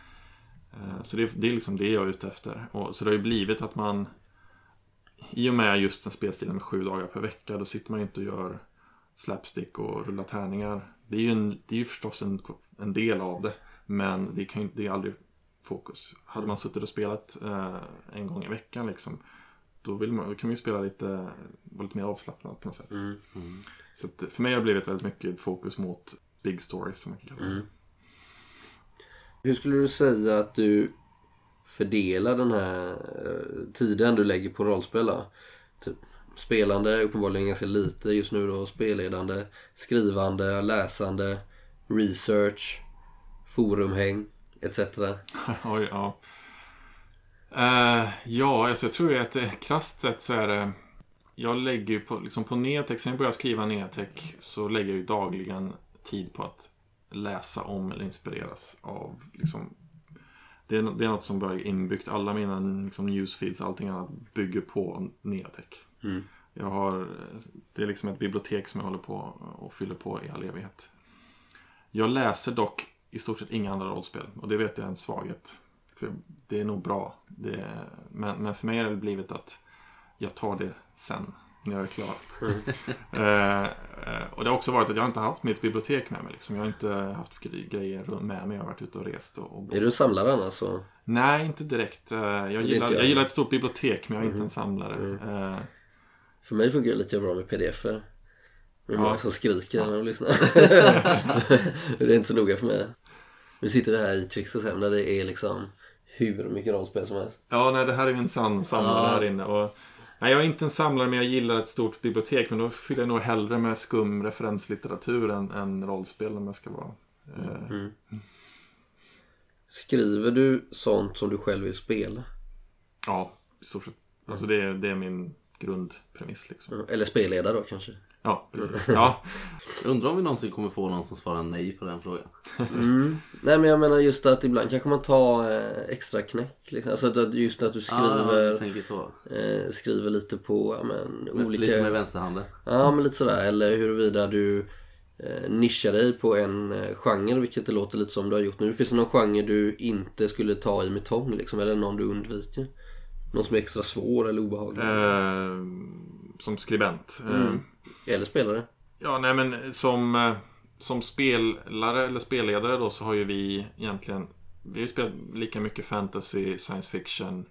Så det, det är liksom det jag är ute efter. Och, så det har ju blivit att man i och med just den spelstilen med sju dagar per vecka, då sitter man ju inte och gör slapstick och rullar tärningar. Det är ju, en, det är ju förstås en, en del av det, men det, kan, det är aldrig fokus. Hade man suttit och spelat eh, en gång i veckan liksom, då, vill man, då kan man ju spela lite, vara lite mer avslappnad på något sätt. Mm. Mm. Så att för mig har det blivit väldigt mycket fokus mot big stories som man kan kalla det. Mm. Hur skulle du säga att du fördelar den här tiden du lägger på rollspel? Typ spelande, uppenbarligen ganska lite just nu då, spelledande, skrivande, läsande, research, forumhäng, et cetera. Oj, ja. Uh, ja, alltså jag tror att det, krasst sett så är det, jag lägger ju på, liksom på Neotech, sen jag börjar skriva Neotech så lägger jag ju dagligen tid på att läsa om eller inspireras av liksom, det, är, det är något som börjar inbyggt. Alla mina liksom, newsfeeds, allting annat bygger på Neotech. Mm. Jag har, det är liksom ett bibliotek som jag håller på och fyller på i all evighet. Jag läser dock i stort sett inga andra rollspel, och det vet jag är en svaghet. För det är nog bra. Det är, men, men för mig har det blivit att jag tar det sen när jag är klar. Mm. uh, uh, och det har också varit att jag inte haft mitt bibliotek med mig. Liksom. Jag har inte haft grejer med mig. Jag har varit ute och rest. Och, och... Är du en samlare annars? Så... Nej, inte direkt. Uh, jag, gillar, jag. jag gillar ett stort bibliotek, men jag är mm. inte en samlare. Mm. Uh... För mig funkar det lite bra med pdf-er. Det är många som skriker när de lyssnar. Det är inte så noga för mig. Nu sitter vi här i Trixters hem där det är liksom hur mycket rollspel som helst. Ja, nej, det här är ju en sann samlare ja. här inne. Och, nej, jag är inte en samlare, men jag gillar ett stort bibliotek. Men då fyller jag nog hellre med skum referenslitteratur än, än rollspel om jag ska vara. Eh. Mm. Skriver du sånt som du själv vill spela? Ja, i stort sett. Alltså det är, det är min grundpremiss liksom. Eller spelledare då kanske? Ja, precis. Ja. Undrar om vi någonsin kommer få någon som svarar nej på den frågan. Mm. Nej, men jag menar just att ibland kanske man tar eh, extra knäck liksom. Alltså att just att du skriver ah, jag tänker så. Eh, skriver lite på ja, men, olika... Lite med vänsterhanden. Ja, men lite sådär. Eller huruvida du eh, nischar dig på en eh, genre, vilket det låter lite som du har gjort nu. Finns det någon genre du inte skulle ta i med tång liksom? Eller någon du undviker? Någon som är extra svår eller obehaglig? Eh, som skribent. Mm. Eh. Eller spelare? Ja, nej men som, som spelare eller spelledare då så har ju vi egentligen, vi har ju spelat lika mycket fantasy, science fiction.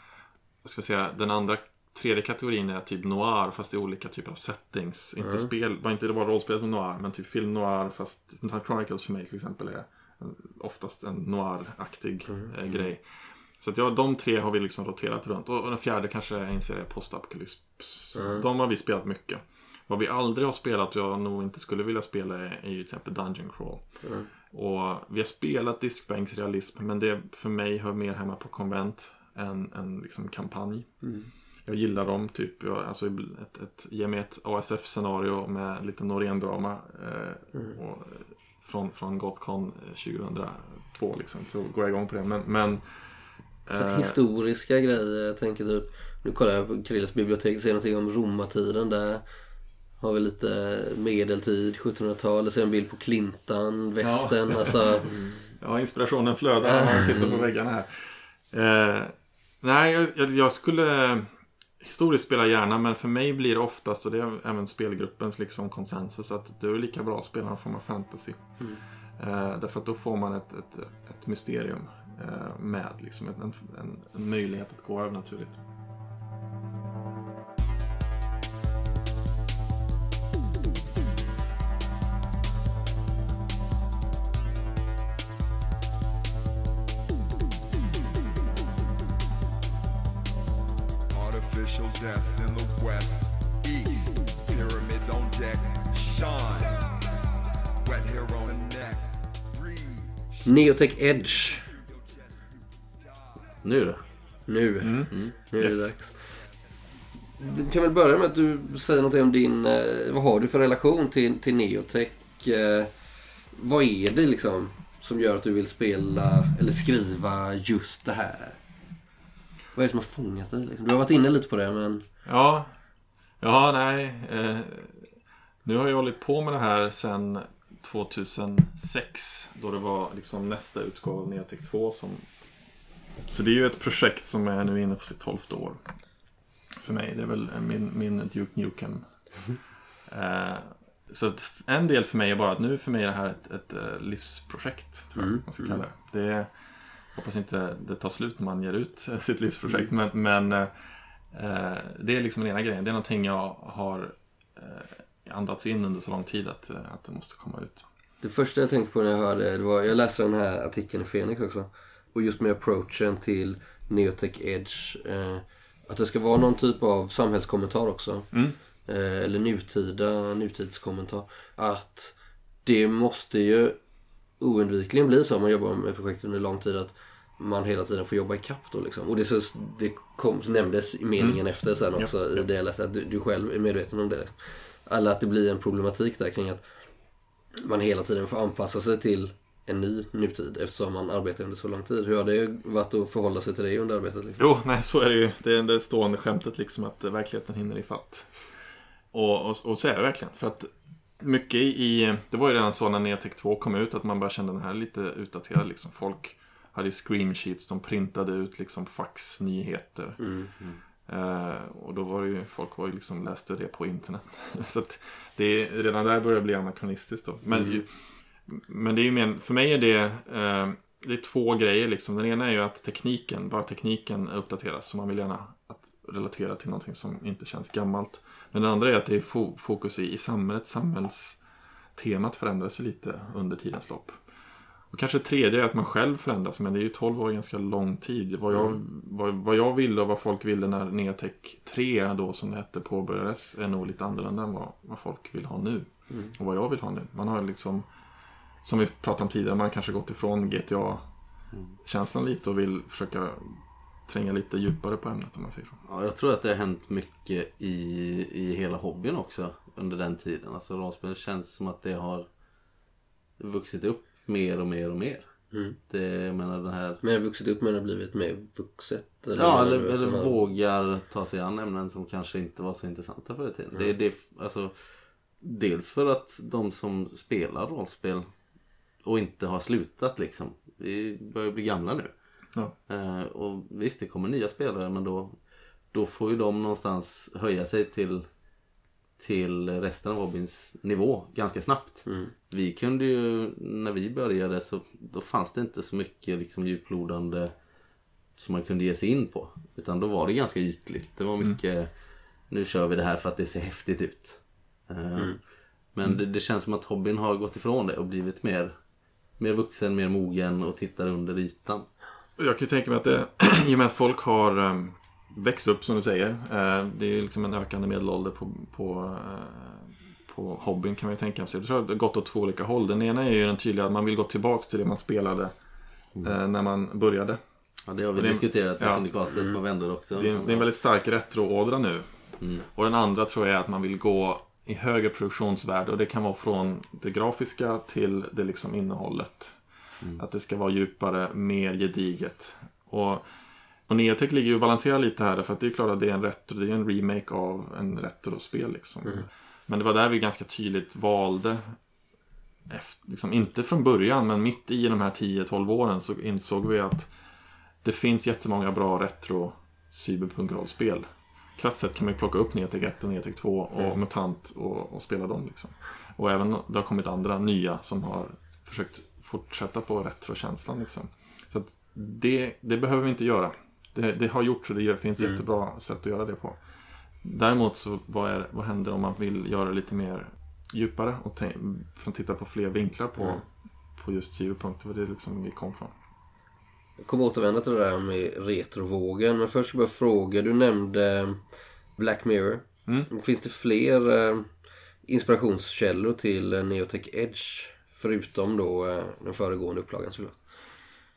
Jag ska säga, den andra, tredje kategorin är typ noir, fast det är olika typer av settings. Mm. Inte spel, var inte det bara rollspelet med noir, men typ film noir, fast Chronicles för mig till exempel är oftast en noir-aktig mm. eh, grej. Så att ja, de tre har vi liksom roterat runt. Och, och den fjärde kanske jag inser är postapokalyps. Mm. De har vi spelat mycket. Vad vi aldrig har spelat och jag nog inte skulle vilja spela är, är ju till exempel Dungeon Crawl. Mm. Och vi har spelat diskbänksrealism, men det för mig hör mer hemma på konvent än en liksom kampanj. Mm. Jag gillar dem, typ jag, alltså ett, ett, ge mig ett A S F-scenario med lite Norén-drama eh, mm. och, från, från Gothcon tjugohundratvå liksom, så går jag igång på det. Men, men eh, historiska grejer, jag tänker typ, nu kollar jag på Krills bibliotek och ser någonting om romartiden där. Har vi lite medeltid, sjuttonhundratal, ser en bild på Clintan, västern, ja. Alltså... Ja, inspirationen flödar när man tittar på väggarna här. Eh, nej, jag, jag skulle historiskt spela gärna, men för mig blir det oftast, och det är även spelgruppens liksom konsensus, att det är lika bra att spela en form av fantasy. Mm. Eh, därför att då får man ett, ett, ett mysterium eh, med liksom en, en, en möjlighet att gå över naturligt. Death in the west, east, pyramids on deck, shine, wet hair on the neck, Neotech Edge. Nu då? Nu. Mm. Mm. Nu är det Yes. dags. Du kan väl börja med att du säger något om din... Eh, vad har du för relation till, till Neotech? Eh, vad är det liksom som gör att du vill spela eller skriva just det här? Vad är det som har fångat dig? Liksom? Du har varit inne lite på det, men... Ja, ja nej. Eh, nu har jag hållit på med det här sedan tjugohundrasex. Då det var liksom nästa utgåva av Neotech två. Som... Så det är ju ett projekt som är nu inne på sitt tolfte år. För mig, det är väl min, min Duke Nukem. Eh, så att en del för mig är bara att nu för mig är det här ett, ett, ett livsprojekt, tror jag Mm. man ska kalla det. Det är, hoppas inte det tar slut när man ger ut sitt livsprojekt, men, men eh, det är liksom den ena grejen. Det är någonting jag har eh, andats in under så lång tid att, att det måste komma ut. Det första jag tänkte på när jag hörde det var, jag läste den här artikeln i Phoenix också. Och just med approachen till Neotech Edge. Eh, att det ska vara någon typ av samhällskommentar också. Mm. Eh, eller nutida, nutidskommentar. Att det måste ju oundvikligen bli så om man jobbar med projekt under lång tid. Att man hela tiden får jobba i kapp då liksom. Och det, så, det kom, nämndes i meningen mm. efter sen också ja, i ja. det jag läste. Att du, du själv är medveten om det liksom. Eller att det blir en problematik där kring att man hela tiden får anpassa sig till en ny nutid eftersom man arbetar under så lång tid. Hur har det varit att förhålla sig till det under arbetet? Liksom? Jo, nej så är det ju. Det är det stående skämtet liksom att verkligheten hinner i fatt. Och, och, och så är det verkligen. För att mycket i... Det var ju redan så när Neotech två kom ut att man bara kände den här lite utdaterad. Liksom. Folk hade screensheets, de printade ut liksom faxnyheter. Mm, mm. Uh, och då var det ju, folk var ju liksom läste det på internet. Så att det redan där började bli anakronistiskt då. Men, mm. ju, men det är ju mer, för mig är det uh, det är två grejer liksom. Den ena är ju att tekniken, bara tekniken uppdateras, så man vill gärna att relatera till någonting som inte känns gammalt. Men den andra är att det är fo- fokus i, i samhället, samhällstemat förändras ju lite under tidens lopp. Och kanske tredje är att man själv förändras, men det är ju tolv år ganska lång tid. Vad jag, mm. vad, vad jag ville och vad folk ville när Neotech tre då som det hette påbörjades är nog lite annorlunda än vad, vad folk vill ha nu. Mm. Och vad jag vill ha nu. Man har liksom, som vi pratade om tidigare, man kanske gått ifrån G T A-känslan lite och vill försöka tränga lite djupare på ämnet om man säger så. Ja, jag tror att det har hänt mycket i, i hela hobbyn också under den tiden. Alltså rollspel känns som att det har vuxit upp mer och mer och mer. Mm. Det, jag menar den här... Men har vuxit upp men har blivit mer vuxet? Eller ja, eller, eller har... vågar ta sig an ämnen som kanske inte var så intressanta förr i tiden. Mm. Det är det, alltså, dels för att de som spelar rollspel och inte har slutat liksom, vi börjar bli gamla nu. Ja. Uh, och visst, det kommer nya spelare, men då, då får ju de någonstans höja sig till till resten av hobbyns nivå ganska snabbt. Mm. Vi kunde ju, när vi började så då fanns det inte så mycket liksom djuplodande som man kunde ge sig in på. Utan då var det ganska ytligt. Det var mycket, mm. nu kör vi det här för att det ser häftigt ut. Uh, mm. Men mm. Det, det känns som att hobbyn har gått ifrån det och blivit mer, mer vuxen, mer mogen och tittar under ytan. Jag kan ju tänka mig att det, i och med att folk har um, växt upp som du säger. Uh, det är liksom en ökande medelålder på, på, uh, på hobbyn kan man ju tänka sig. Jag tror att det har gått åt två olika håll. Den ena är ju den tydliga att man vill gå tillbaka till det man spelade mm. uh, när man började. Ja, det har vi det, diskuterat i ja, syndikatet mm. på vänner också. Det är, det är en väldigt stark retroådra nu. Mm. Och den andra tror jag är att man vill gå i högre produktionsvärde. Och det kan vara från det grafiska till det liksom innehållet. Mm. Att det ska vara djupare, mer gediget. Och, och Neotech ligger ju och balanserar lite här. För att det är klart att det är en retro, det är en remake av en retro-spel liksom. Mm. Men det var där vi ganska tydligt valde. Efter, liksom, inte från början, men mitt i de här tio tolv åren så insåg vi att det finns jättemånga bra retro cyberpunk-rollspel. Krasst sett kan man ju plocka upp Neotech ett och Neotech två och mm. Mutant och, och spela dem liksom. Och även det har kommit andra nya som har försökt fortsätta på retrokänslan liksom. Så att det, det behöver vi inte göra. Det, det har gjort så det finns mm. jättebra sätt att göra det på. Däremot så vad, är, vad händer om man vill göra lite mer djupare och t- för att titta på fler vinklar på, mm. på just cyberpunk. Det var det liksom vi kom från. Jag kommer återvända till det där med retrovågen. Men först bara fråga, du nämnde Black Mirror. Mm. Finns det fler eh, inspirationskällor till Neotech Edge förutom då eh, den föregående upplagan såklart?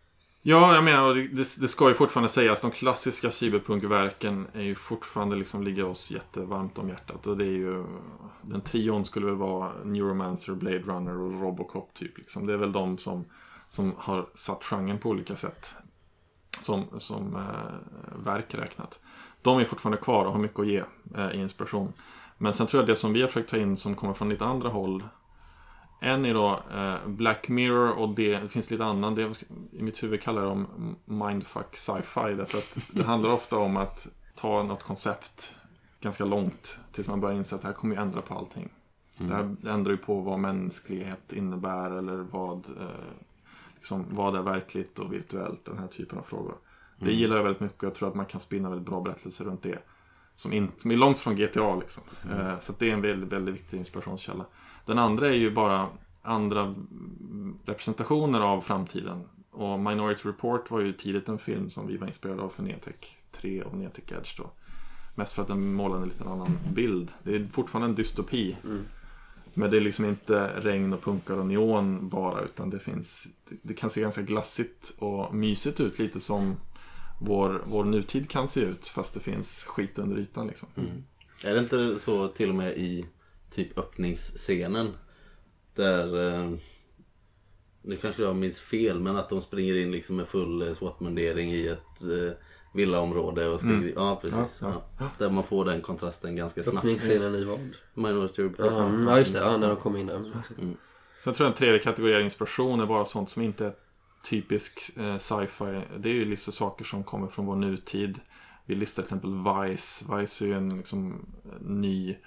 Ja, jag menar, det, det ska ju fortfarande sägas, de klassiska cyberpunkverken är ju fortfarande liksom, ligger oss jättevarmt om hjärtat. Och det är ju, den trion skulle väl vara Neuromancer, Blade Runner och Robocop typ. Liksom. Det är väl de som, som har satt genren på olika sätt. Som, som eh, verk räknat. De är fortfarande kvar och har mycket att ge eh, i inspiration. Men sen tror jag det som vi har försökt ta in som kommer från lite andra håll. En är då eh, Black Mirror och det, det finns lite annan. Det, i mitt huvud kallar jag dem mindfuck sci-fi. Därför att det handlar ofta om att ta något koncept ganska långt. Tills man börjar inse att det här kommer ju ändra på allting. Mm. Det här ändrar ju på vad mänsklighet innebär. Eller vad, eh, liksom, vad är verkligt och virtuellt. Den här typen av frågor. Mm. Det gillar jag väldigt mycket och jag tror att man kan spinna väldigt bra berättelser runt det. Som, inte, som är långt från G T A liksom. Mm. Eh, så det är en väldigt, väldigt viktig inspirationskälla. Den andra är ju bara andra representationer av framtiden. Och Minority Report var ju tidigt en film som vi var inspirerade av för Neotech tre och Neotech Edge då. Mest för att den målade en liten annan bild. Det är fortfarande en dystopi. Mm. Men det är liksom inte regn och punkar och neon bara, utan det finns, det, det kan se ganska glassigt och mysigt ut, lite som vår, vår nutid kan se ut, fast det finns skit under ytan liksom. Mm. Är det inte så till och med i typ öppningsscenen där eh, nu kanske jag minns fel, men att de springer in liksom med full SWAT-mundering i ett eh, villaområde och skriver, mm. ja precis ja, ja. Ja. Där man får den kontrasten ganska snabbt. Öppningsscenen i vad? Minority Report. Mm, ja just det, ja, när de kom in där. Mm. Sen tror jag en tredje kategori av inspiration är bara sånt som inte är typisk eh, sci-fi. Det är ju liksom saker som kommer från vår nutid. Vi listar till exempel Vice. Vice är ju en liksom, ny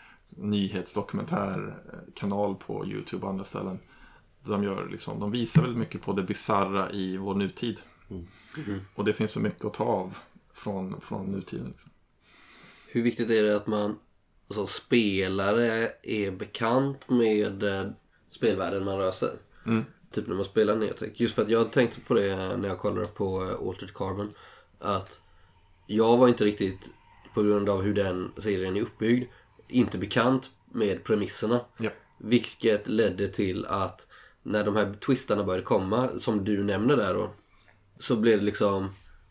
nyhetsdokumentärkanal på YouTube och andra ställen. De, gör, liksom, de visar väldigt mycket på det bizarra i vår nutid. Mm. Mm. Och det finns så mycket att ta av från, från nutiden. Liksom. Hur viktigt är det att man som spelare är bekant med eh, spelvärlden man rör sig? Mm. Typ när man spelar Neotech. Just för att jag tänkte på det när jag kollade på uh, Altered Carbon. Att jag var inte riktigt, på grund av hur den serien är uppbyggd, inte bekant med premisserna. Yep. Vilket ledde till att när de här twistarna började komma, som du nämner där då, så blev det liksom,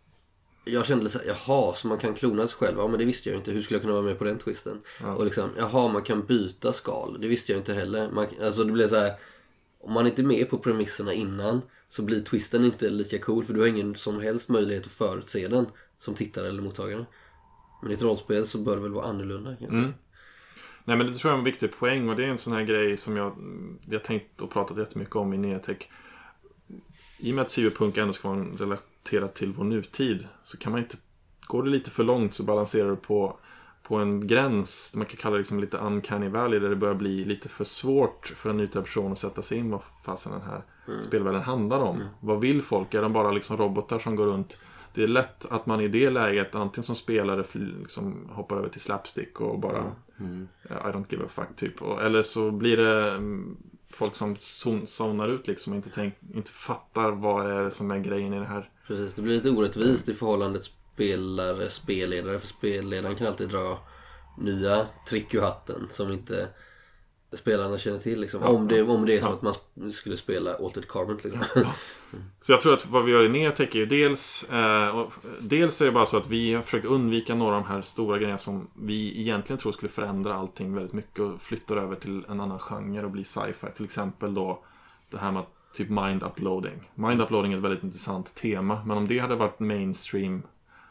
jag kände så här, jaha, så man kan klona sig själv. Ja, men det visste jag inte. Hur skulle jag kunna vara med på den twisten? Mm. Och liksom, jaha, man kan byta skal. Det visste jag inte heller. Man, alltså det blev så här, om man inte är med på premisserna innan, så blir twisten inte lika cool, för du har ingen som helst möjlighet att förutse den som tittare eller mottagare. Men i ett rollspel så bör det väl vara annorlunda. Mm. Nej, men det tror jag är en viktig poäng, och det är en sån här grej som jag vi har tänkt och pratat jättemycket om i Neotech. I och med att cyberpunk ändå ska vara relaterat till vår nutid, så kan man inte, går det lite för långt så balanserar du på, på en gräns, man kan kalla det liksom lite uncanny valley, där det börjar bli lite för svårt för en nytillträdd person att sätta sig in vad fasen den här mm. spelvärlden handlar om. Mm. Vad vill folk? Är de bara liksom robotar som går runt? Det är lätt att man i det läget antingen som spelare liksom hoppar över till slapstick och bara mm. I don't give a fuck typ. Och, eller så blir det um, folk som zonar ut liksom och inte, tänk, inte fattar vad är det som är grejen i det här. Precis, det blir lite orättvist mm. i förhållandet spelare, spelledare. För spelledaren kan alltid dra nya trick ur hatten som inte spelarna känner till liksom. Ja, om, det, om det är så ja. att man skulle spela Altered Carbon liksom. Ja. Så jag tror att vad vi gör i Neotech är ju dels eh, och dels är det bara så att vi har försökt undvika några av de här stora grejerna som vi egentligen tror skulle förändra allting väldigt mycket och flytta över till en annan genre och bli sci-fi. Till exempel då det här med typ mind uploading. Mind uploading är ett väldigt intressant tema, men om det hade varit mainstream,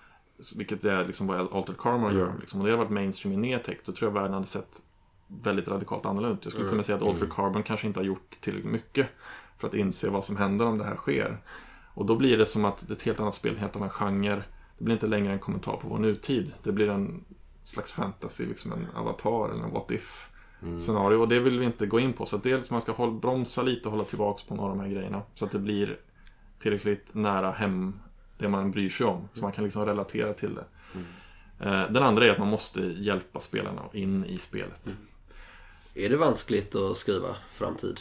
vilket är liksom vad Altered Carbon gör liksom, om det hade varit mainstream i Neotech, då tror jag världen hade sett väldigt radikalt annorlunda. Jag skulle mm. till och med säga att Altered Carbon kanske inte har gjort tillräckligt mycket för att inse vad som händer om det här sker. Och då blir det som att det är ett helt annat spel, en helt annan genre. Det blir inte längre en kommentar på vår nutid. Det blir en slags fantasy, liksom en avatar eller en what if mm. scenario. Och det vill vi inte gå in på. Så att dels man ska hålla, bromsa lite och hålla tillbaka på några av de här grejerna. Så att det blir tillräckligt nära hem det man bryr sig om. Så man kan liksom relatera till det. Mm. Den andra är att man måste hjälpa spelarna in i spelet. Mm. Är det vanskligt att skriva framtid?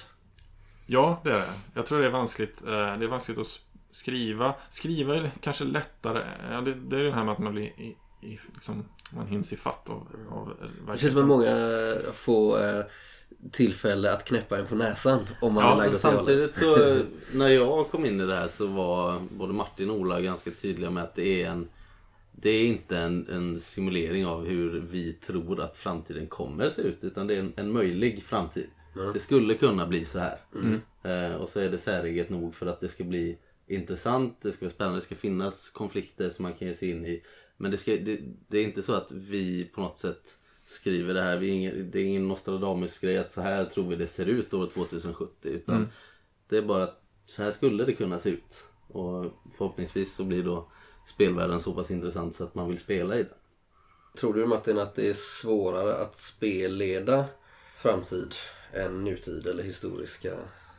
Ja, det är det. Jag tror det är vanskligt. Det är vanskligt att skriva. Skriva är kanske lättare. Ja, det, det är det här med att man blir i, i, liksom, man hinns i fatt av, av det känns som att många får eh, tillfälle att knäppa en på näsan om man Ja, är lagd åt det hållet. samtidigt så när jag kom in i det här så var både Martin och Ola ganska tydliga med att det är en det är inte en, en simulering av hur vi tror att framtiden kommer se ut, utan det är en, en möjlig framtid. Mm. Det skulle kunna bli så här. Mm. Eh, och så är det säreget nog för att det ska bli intressant, det ska vara spännande, det ska finnas konflikter som man kan ge sig in i. Men det, ska, det, det är inte så att vi på något sätt skriver det här. Vi är ingen, det är ingen Nostradamus-grej att så här tror vi det ser ut år tjugohundrasjuttio. Utan mm. det är bara att så här skulle det kunna se ut. Och förhoppningsvis så blir då spelvärlden så pass intressant så att man vill spela i den. Tror du, Martin, att det är svårare att spelleda framtid än nutid eller historiska?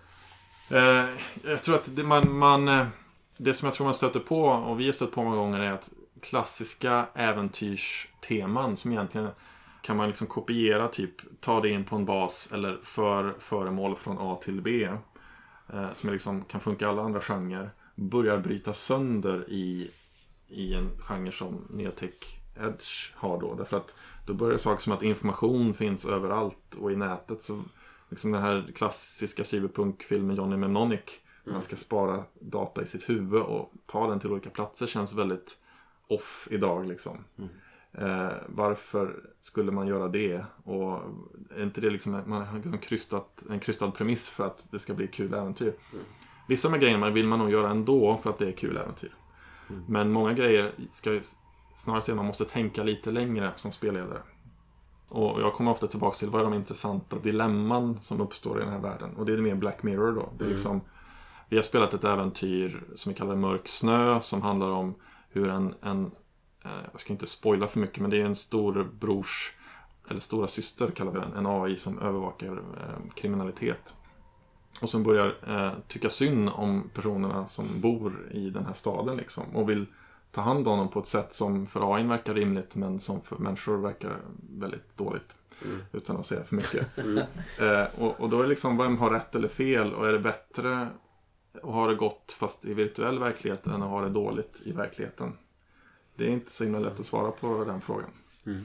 Eh, jag tror att det, man, man, det som jag tror man stöter på, och vi har stött på många gånger, är att klassiska äventyrsteman som egentligen kan man liksom kopiera, typ ta det in på en bas eller för föremål från A till B, eh, som liksom kan funka i alla andra genrer, börjar bryta sönder i, i en genre som Neotech Edge har då. Därför att då börjar saker som att information finns överallt, och i nätet så liksom den här klassiska cyberpunk-filmen Johnny Mnemonic, mm. man ska spara data i sitt huvud och ta den till olika platser, känns väldigt off idag liksom. Mm. Eh, varför skulle man göra det? Och är inte det liksom, man har liksom krystat, en krystad premiss för att det ska bli kul äventyr. Mm. Vissa med grejerna vill man nog göra ändå för att det är kul äventyr. Mm. Men många grejer ska snarare säga att man måste tänka lite längre som spelledare. Och jag kommer ofta tillbaka till vad är de intressanta dilemman som uppstår i den här världen. Och det är mer Black Mirror då. Det är mm. liksom, vi har spelat ett äventyr som vi kallar Mörk snö, som handlar om hur en, en eh, jag ska inte spoila för mycket, men det är en stor brors, eller stora syster kallar vi den, en A I som övervakar eh, kriminalitet. Och som börjar eh, tycka synd om personerna som bor i den här staden liksom, och vill ta hand om dem på ett sätt som för A I verkar rimligt, men som för människor verkar väldigt dåligt. Mm. Utan att säga för mycket. Mm. eh, och, och då är det liksom, vem har rätt eller fel? Och är det bättre att ha det gott fast i virtuell verklighet än att ha det dåligt i verkligheten? Det är inte så himla lätt att svara på den frågan. Mm.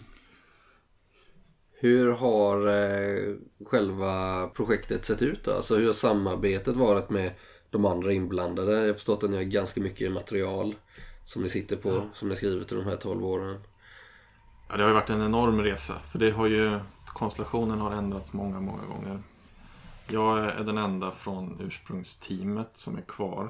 Hur har eh, själva projektet sett ut då? Alltså hur har samarbetet varit med de andra inblandade? Jag har förstått att ni har ganska mycket material som ni sitter på, ja. som ni skrivit i de här tolv åren. Ja, det har ju varit en enorm resa. För det har ju, konstellationen har ändrats många, många gånger. Jag är den enda från ursprungsteamet som är kvar.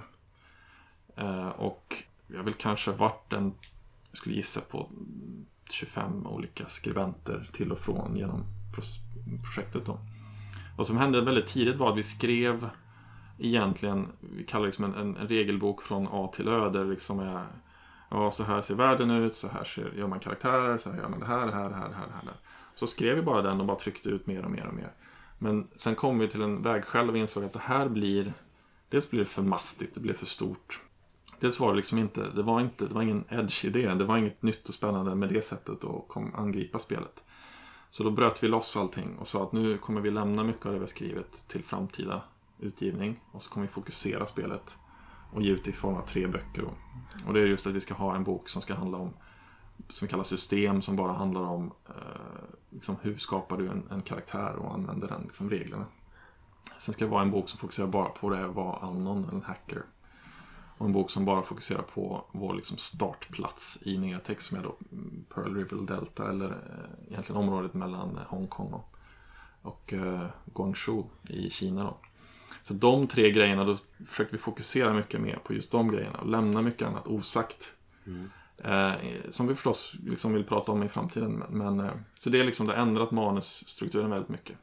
Eh, och jag vill kanske ha varit en, jag skulle gissa på tjugofem olika skribenter till och från genom projektet då. Vad som hände väldigt tidigt var att vi skrev egentligen, vi kallar det liksom en, en, en regelbok från A till Ö, där liksom är, ja, så här ser världen ut, så här ser, gör man karaktärer, så här gör man det här, det här, det här, det här, det här. Så skrev vi bara den och bara tryckte ut mer och mer och mer. Men sen kom vi till en vägskäl och vi insåg att det här blir, dels blir det för mastigt, det blir för stort. Dels var det liksom inte, det var inte, det var ingen edge-idé, det var inget nytt och spännande med det sättet att kom angripa spelet. Så då bröt vi loss allting och sa att nu kommer vi lämna mycket av det vi har skrivit till framtida utgivning, och så kommer vi fokusera spelet och ge ut i form av tre böcker då. Och det är just att vi ska ha en bok som ska handla om, som vi kallar system, som bara handlar om eh, liksom hur skapar du en, en karaktär och använder den liksom reglerna. Sen ska det vara en bok som fokuserar bara på det att vara anon eller en hacker. Och en bok som bara fokuserar på vår liksom startplats i Neotech, som är då Pearl River Delta, eller eh, egentligen området mellan Hongkong och, och eh, Guangzhou i Kina då. Så de tre grejerna, då försöker vi fokusera mycket mer på just de grejerna och lämna mycket annat osagt. Mm. Eh, som vi förstås liksom vill prata om i framtiden. Men, eh, så det är liksom, det har ändrat manusstrukturen väldigt mycket.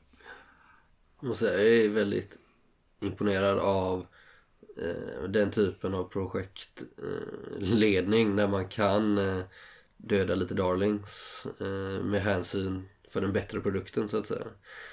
Jag måste säga, jag är väldigt imponerad av eh, den typen av projektledning eh, när man kan eh, döda lite darlings eh, med hänsyn för den bättre produkten så att säga.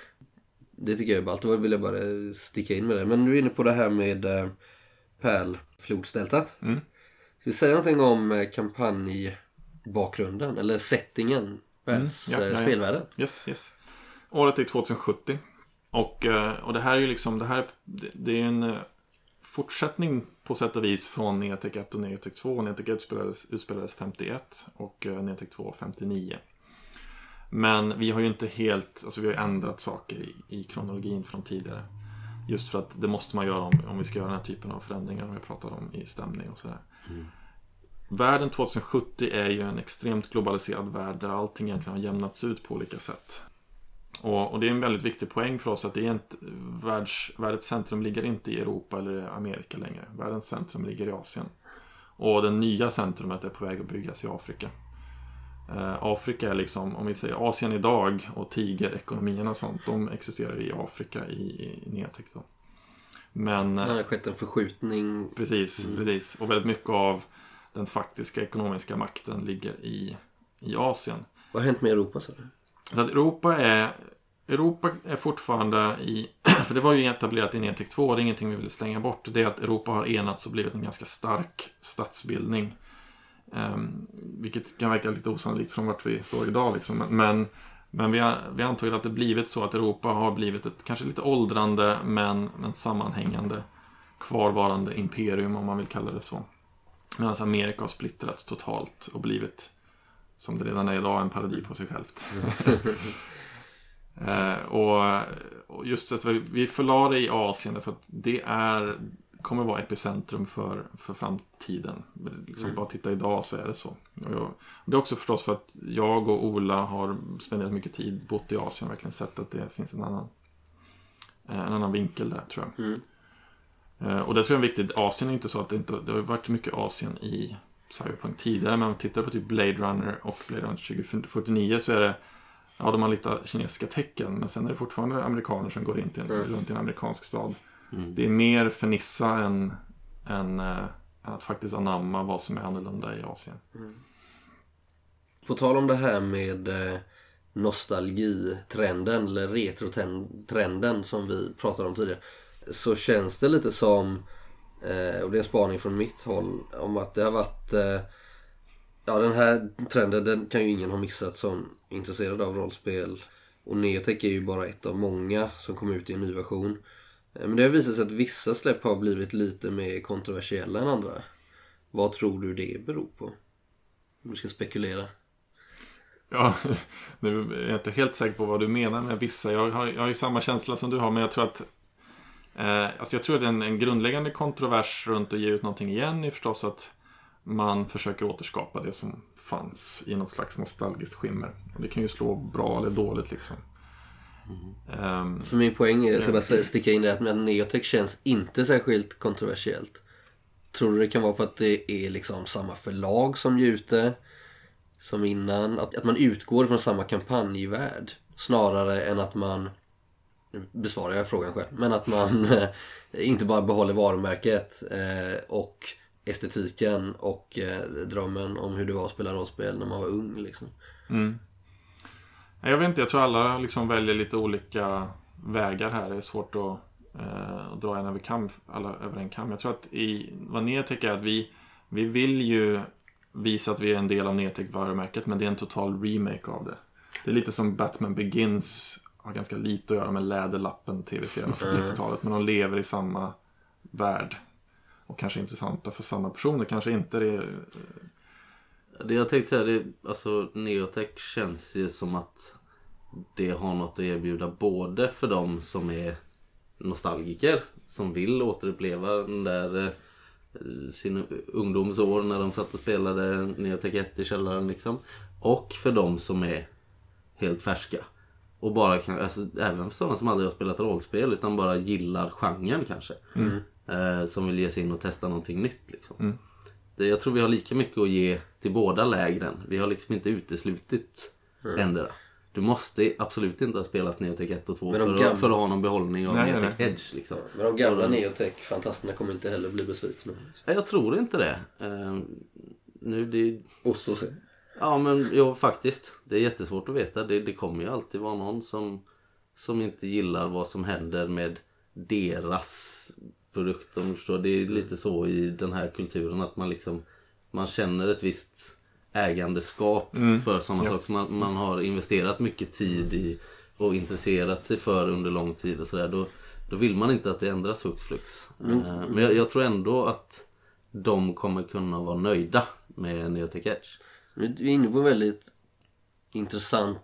Det tycker jag är ballt. Då vill jag bara sticka in med det. Men du är inne på det här med eh, pärlflodsdeltat. Mm. Ska vi säga någonting om eh, kampanjbakgrunden eller settingen på mm. ja, eh, spelvärlden? Ja. Yes, yes. Året är tjugohundrasjuttio. Och, eh, och det här är ju liksom, det här det, det är en eh, fortsättning på sätt och vis från Neotech ett och Neotech två. Neotech ett utspelades, utspelades femtioett och eh, Neotech två femtionio. Men vi har ju inte helt, alltså vi har ändrat saker i, i kronologin från tidigare. Just för att det måste man göra om, om vi ska göra den här typen av förändringar som vi pratade om i stämning och sådär. Mm. Världen tjugohundrasjuttio är ju en extremt globaliserad värld där allting egentligen har jämnats ut på olika sätt. Och, och det är en väldigt viktig poäng för oss att det är inte, världs, världens centrum ligger inte i Europa eller Amerika längre. Världens centrum ligger i Asien. Och det nya centrumet är på väg att byggas i Afrika. Eh, Afrika är liksom, om vi säger Asien idag och tigerekonomierna och sånt, de existerar i Afrika i, i Neotech då. Men det har skett en förskjutning. Precis, mm. precis. Och väldigt mycket av den faktiska ekonomiska makten ligger i, i Asien. Vad har hänt med Europa så? Så att Europa är Europa är fortfarande i, för det var ju etablerat i Neotech två, det är ingenting vi vill slänga bort. Det är att Europa har enats och blivit en ganska stark statsbildning. Um, vilket kan verka lite osannolikt från vart vi står idag liksom. Men, men vi, har, vi antog att det blivit så att Europa har blivit ett kanske lite åldrande men, men sammanhängande kvarvarande imperium, om man vill kalla det så. Medan Amerika har splittrats totalt och blivit, som det redan är idag, en parodi på sig självt. uh, och, och just att vi, vi förlar det i Asien därför att det är, kommer vara epicentrum för, för framtiden. Liksom mm. bara titta idag så är det så. Och jag, det är också förstås för att jag och Ola har spenderat mycket tid, bott i Asien och verkligen sett att det finns en annan, en annan vinkel där, tror jag. Mm. Och det tror jag är viktigt. Asien är inte så att det inte, det har varit mycket Asien i Cyberpunk tidigare, men om man tittar på typ Blade Runner och Blade Runner tjugo fyrtionio så är det, ja, de har lite kinesiska tecken, men sen är det fortfarande amerikaner som går in till en, mm. runt i en amerikansk stad. Mm. Det är mer förnissa än, än, äh, än att faktiskt anamma vad som är annorlunda i Asien. Mm. På tal om det här med eh, nostalgitrenden eller retrotrenden som vi pratade om tidigare, så känns det lite som, eh, och det är en spaning från mitt håll, om att det har varit eh, ja, den här trenden, den kan ju ingen ha missat som är intresserad av rollspel, och Neotech är ju bara ett av många som kommer ut i en ny version. Men det har visat sig att vissa släpp har blivit lite mer kontroversiella än andra. Vad tror du det beror på? Om du ska spekulera. Ja, nu är jag inte helt säker på vad du menar med vissa. Jag har, jag har ju samma känsla som du har, men jag tror att eh, alltså jag tror att en, en grundläggande kontrovers runt att ge ut någonting igen är förstås att man försöker återskapa det som fanns i något slags nostalgiskt skimmer. Och det kan ju slå bra eller dåligt liksom. Mm. Um, För min poäng är, jag ska bara sticka in det, att med Neotech känns inte särskilt kontroversiellt. Tror du det kan vara för att det är liksom samma förlag som Jute som innan, att, att man utgår från samma kampanjvärld snarare än att man, nu besvarar jag frågan själv, men att man inte bara behåller varumärket eh, och estetiken och eh, drömmen om hur det var att spela rollspel när man var ung liksom. Mm. Jag vet inte, jag tror alla liksom väljer lite olika vägar här. Det är svårt att, eh, att dra en över, kam, alla över en kam. Jag tror att i, vad Neotech är att vi, vi vill ju visa att vi är en del av Neotech-varumärket, men det är en total remake av det. Det är lite som Batman Begins har ganska lite att göra med Läderlappen tv-serien från sextiotalet, men de lever i samma värld och kanske är intressanta för samma personer, kanske inte det. Det jag tänkte säga, det, alltså Neotech känns ju som att det har något att erbjuda både för de som är nostalgiker, som vill återuppleva den där eh, sin ungdomsår när de satt och spelade Neotech ett i källaren liksom, och för de som är helt färska och bara kan, alltså, även för sådana som aldrig har spelat rollspel utan bara gillar genren kanske, mm. eh, som vill ge sig in och testa någonting nytt liksom. Mm. Det, jag tror vi har lika mycket att ge till båda lägren. Vi har liksom inte uteslutit mm. ändra. Du måste absolut inte ha spelat Neotech ett och två för, gamla... för att ha någon behållning av nej, Neotech nej. Edge. Liksom. Men de gamla Neotech-fantasterna kommer inte heller bli besvikna. Nej, jag tror inte det. Uh, nu det... Och så se. Ja, men ja, faktiskt. Det är jättesvårt att veta. Det, det kommer ju alltid vara någon som, som inte gillar vad som händer med deras produkt. Om du förstår. Det är lite så i den här kulturen att man liksom man känner ett visst ägandeskap mm. för sådana ja. saker som man, man har investerat mycket tid i och intresserat sig för under lång tid och sådär. Då, då vill man inte att det ändras hux flux. Mm. Uh, men jag, jag tror ändå att de kommer kunna vara nöjda med Neotech Edge. Vi är inne på en väldigt intressant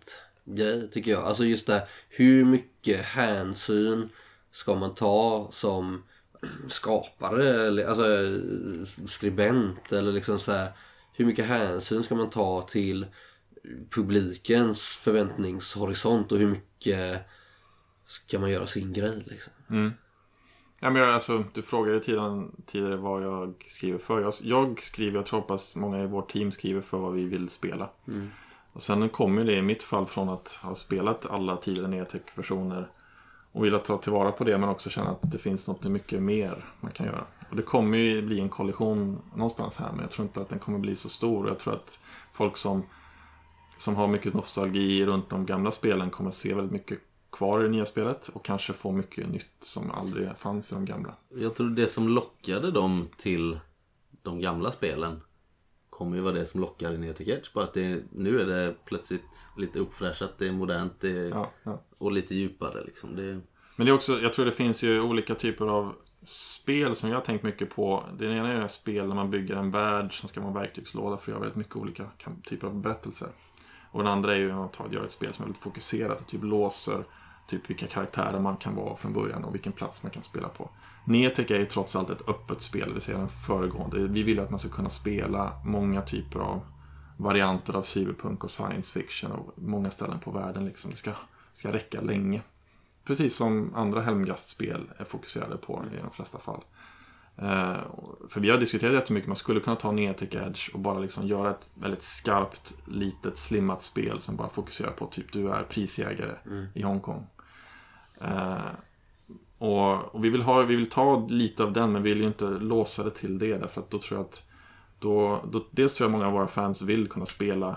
grej tycker jag. Alltså just det, hur mycket hänsyn ska man ta som skapare eller alltså skribent eller liksom så här, hur mycket hänsyn ska man ta till publikens förväntningshorisont och hur mycket ska man göra sin grej liksom. Mm. Ja, men jag, alltså, du frågade tidigare, tidigare vad jag skriver för. Jag, jag skriver, jag tror hoppas många i vårt team skriver för vad vi vill spela. Mm. Och sen kommer det i mitt fall från att ha spelat alla tidigare Neotech-versioner och vilja ta tillvara på det, men också känna att det finns något mycket mer man kan göra. Och det kommer ju bli en kollision någonstans här, men jag tror inte att den kommer bli så stor. Jag tror att folk som, som har mycket nostalgi runt de gamla spelen kommer se väldigt mycket kvar i det nya spelet och kanske få mycket nytt som aldrig fanns i de gamla. Jag tror det som lockade dem till de gamla spelen kommer ju vara det som lockar i Neotech Edge. Bara att det, nu är det plötsligt lite uppfräschat, det är modernt det är, ja, ja. och lite djupare liksom. Det... Men det är också, jag tror det finns ju olika typer av spel som jag har tänkt mycket på. Det ena är spel där man bygger en värld som ska vara en verktygslåda för att göra väldigt mycket olika typer av berättelser. Och den andra är ju att man gör ett spel som är väldigt fokuserat och typ låser typ vilka karaktärer man kan vara från början och vilken plats man kan spela på. Neotech är ju trots allt ett öppet spel, det vill säga den föregående. Vi vill att man ska kunna spela många typer av varianter av cyberpunk och science fiction och många ställen på världen liksom. Det ska, ska räcka länge. Precis som andra Helmgast-spel är fokuserade på i de flesta fall. Uh, för vi har diskuterat jättemycket, man skulle kunna ta Neotech Edge och bara liksom göra ett väldigt skarpt, litet, slimmat spel som bara fokuserar på typ du är prisjägare mm. i Hongkong. Uh, och, och vi vill ha, vi vill ta lite av den, men vi vill ju inte låsa det till det, därför att då tror jag att då, då, dels tror jag många av våra fans vill kunna spela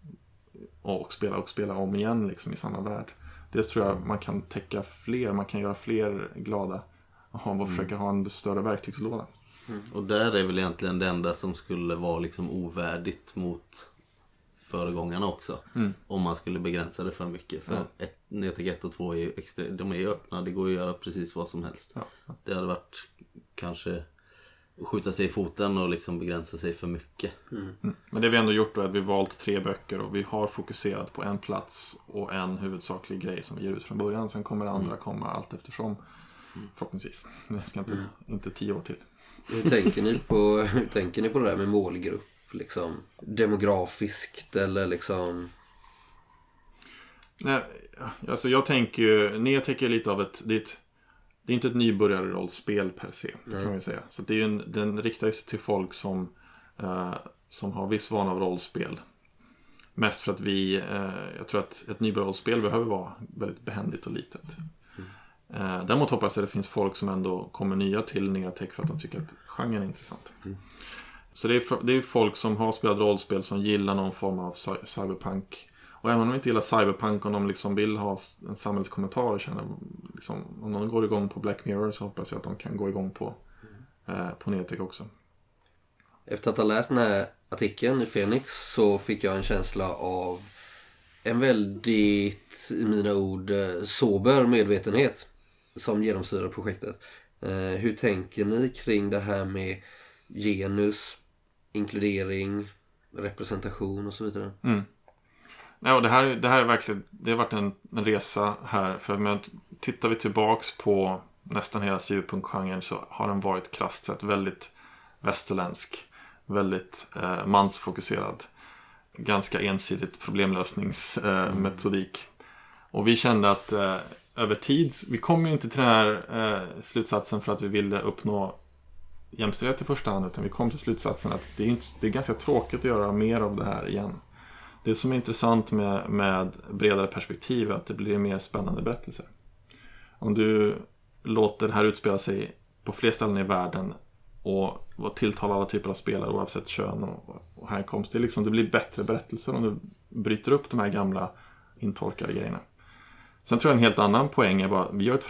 och spela och spela om igen liksom i samma värld. Dels tror jag man kan täcka fler, man kan göra fler glada och mm. försöka ha en större verktygslåda. Mm. Och där är väl egentligen det enda som skulle vara liksom ovärdigt mot föregångarna också. Mm. Om man skulle begränsa det för mycket. För ja. ett, Neotech ett och två är ju extra, de är ju öppna, det går ju att göra precis vad som helst. Ja. Ja. Det hade varit kanske att skjuta sig i foten och liksom begränsa sig för mycket. Mm. Mm. Men det vi ändå gjort då är att vi valt tre böcker och vi har fokuserat på en plats och en huvudsaklig grej som vi ger ut från början. Sen kommer det andra mm. komma allt eftersom. Mm. Förhoppningsvis. Det ska inte, mm. inte tio år till. Hur tänker ni på, hur tänker ni på det där med målgrupp? Liksom demografiskt eller liksom... Nej, alltså jag tänker ju, Neotech är lite av ett, det är, ett, det är inte ett nybörjarrollspel per se, kan man ju säga. Så det är ju en, den riktar sig till folk som, uh, som har viss vana av rollspel. Mest för att vi, uh, jag tror att ett nybörjarrollspel behöver vara väldigt behändigt och litet. Mm. Uh, däremot hoppas jag att det finns folk som ändå kommer nya till Neotech för att de tycker att genren är intressant. Mm. Så det är, det är folk som har spelat rollspel som gillar någon form av cyberpunk. Och även om de inte gillar cyberpunk, om de liksom vill ha en samhällskommentar och känner liksom, om de går igång på Black Mirror, så hoppas jag att de kan gå igång på, eh, på Neotech också. Efter att ha läst den här artikeln i Phoenix så fick jag en känsla av en väldigt, i mina ord, sober medvetenhet som genomsyrar projektet. Eh, hur tänker ni kring det här med genus, inkludering, representation och så vidare? Mm. Ja, och det här, det här är verkligen, det har varit en, en resa här. För men tittar vi tillbaks på nästan hela cyberpunk-genren så har den varit krasst sett väldigt västerländsk, väldigt eh, mansfokuserad, ganska ensidigt problemlösningsmetodik. Eh, och vi kände att eh, över tid, vi kom ju inte till den här eh, slutsatsen för att vi ville uppnå jämställdhet i första hand, utan vi kom till slutsatsen att det är, inte, det är ganska tråkigt att göra mer av det här igen. Det som är intressant med, med bredare perspektiv är att det blir mer spännande berättelser. Om du låter det här utspela sig på fler ställen i världen och, och tilltala alla typer av spelare oavsett kön och, och härkomst, det, är liksom, det blir bättre berättelser om du bryter upp de här gamla intorkade grejerna. Sen tror jag en helt annan poäng är bara, vi gör ett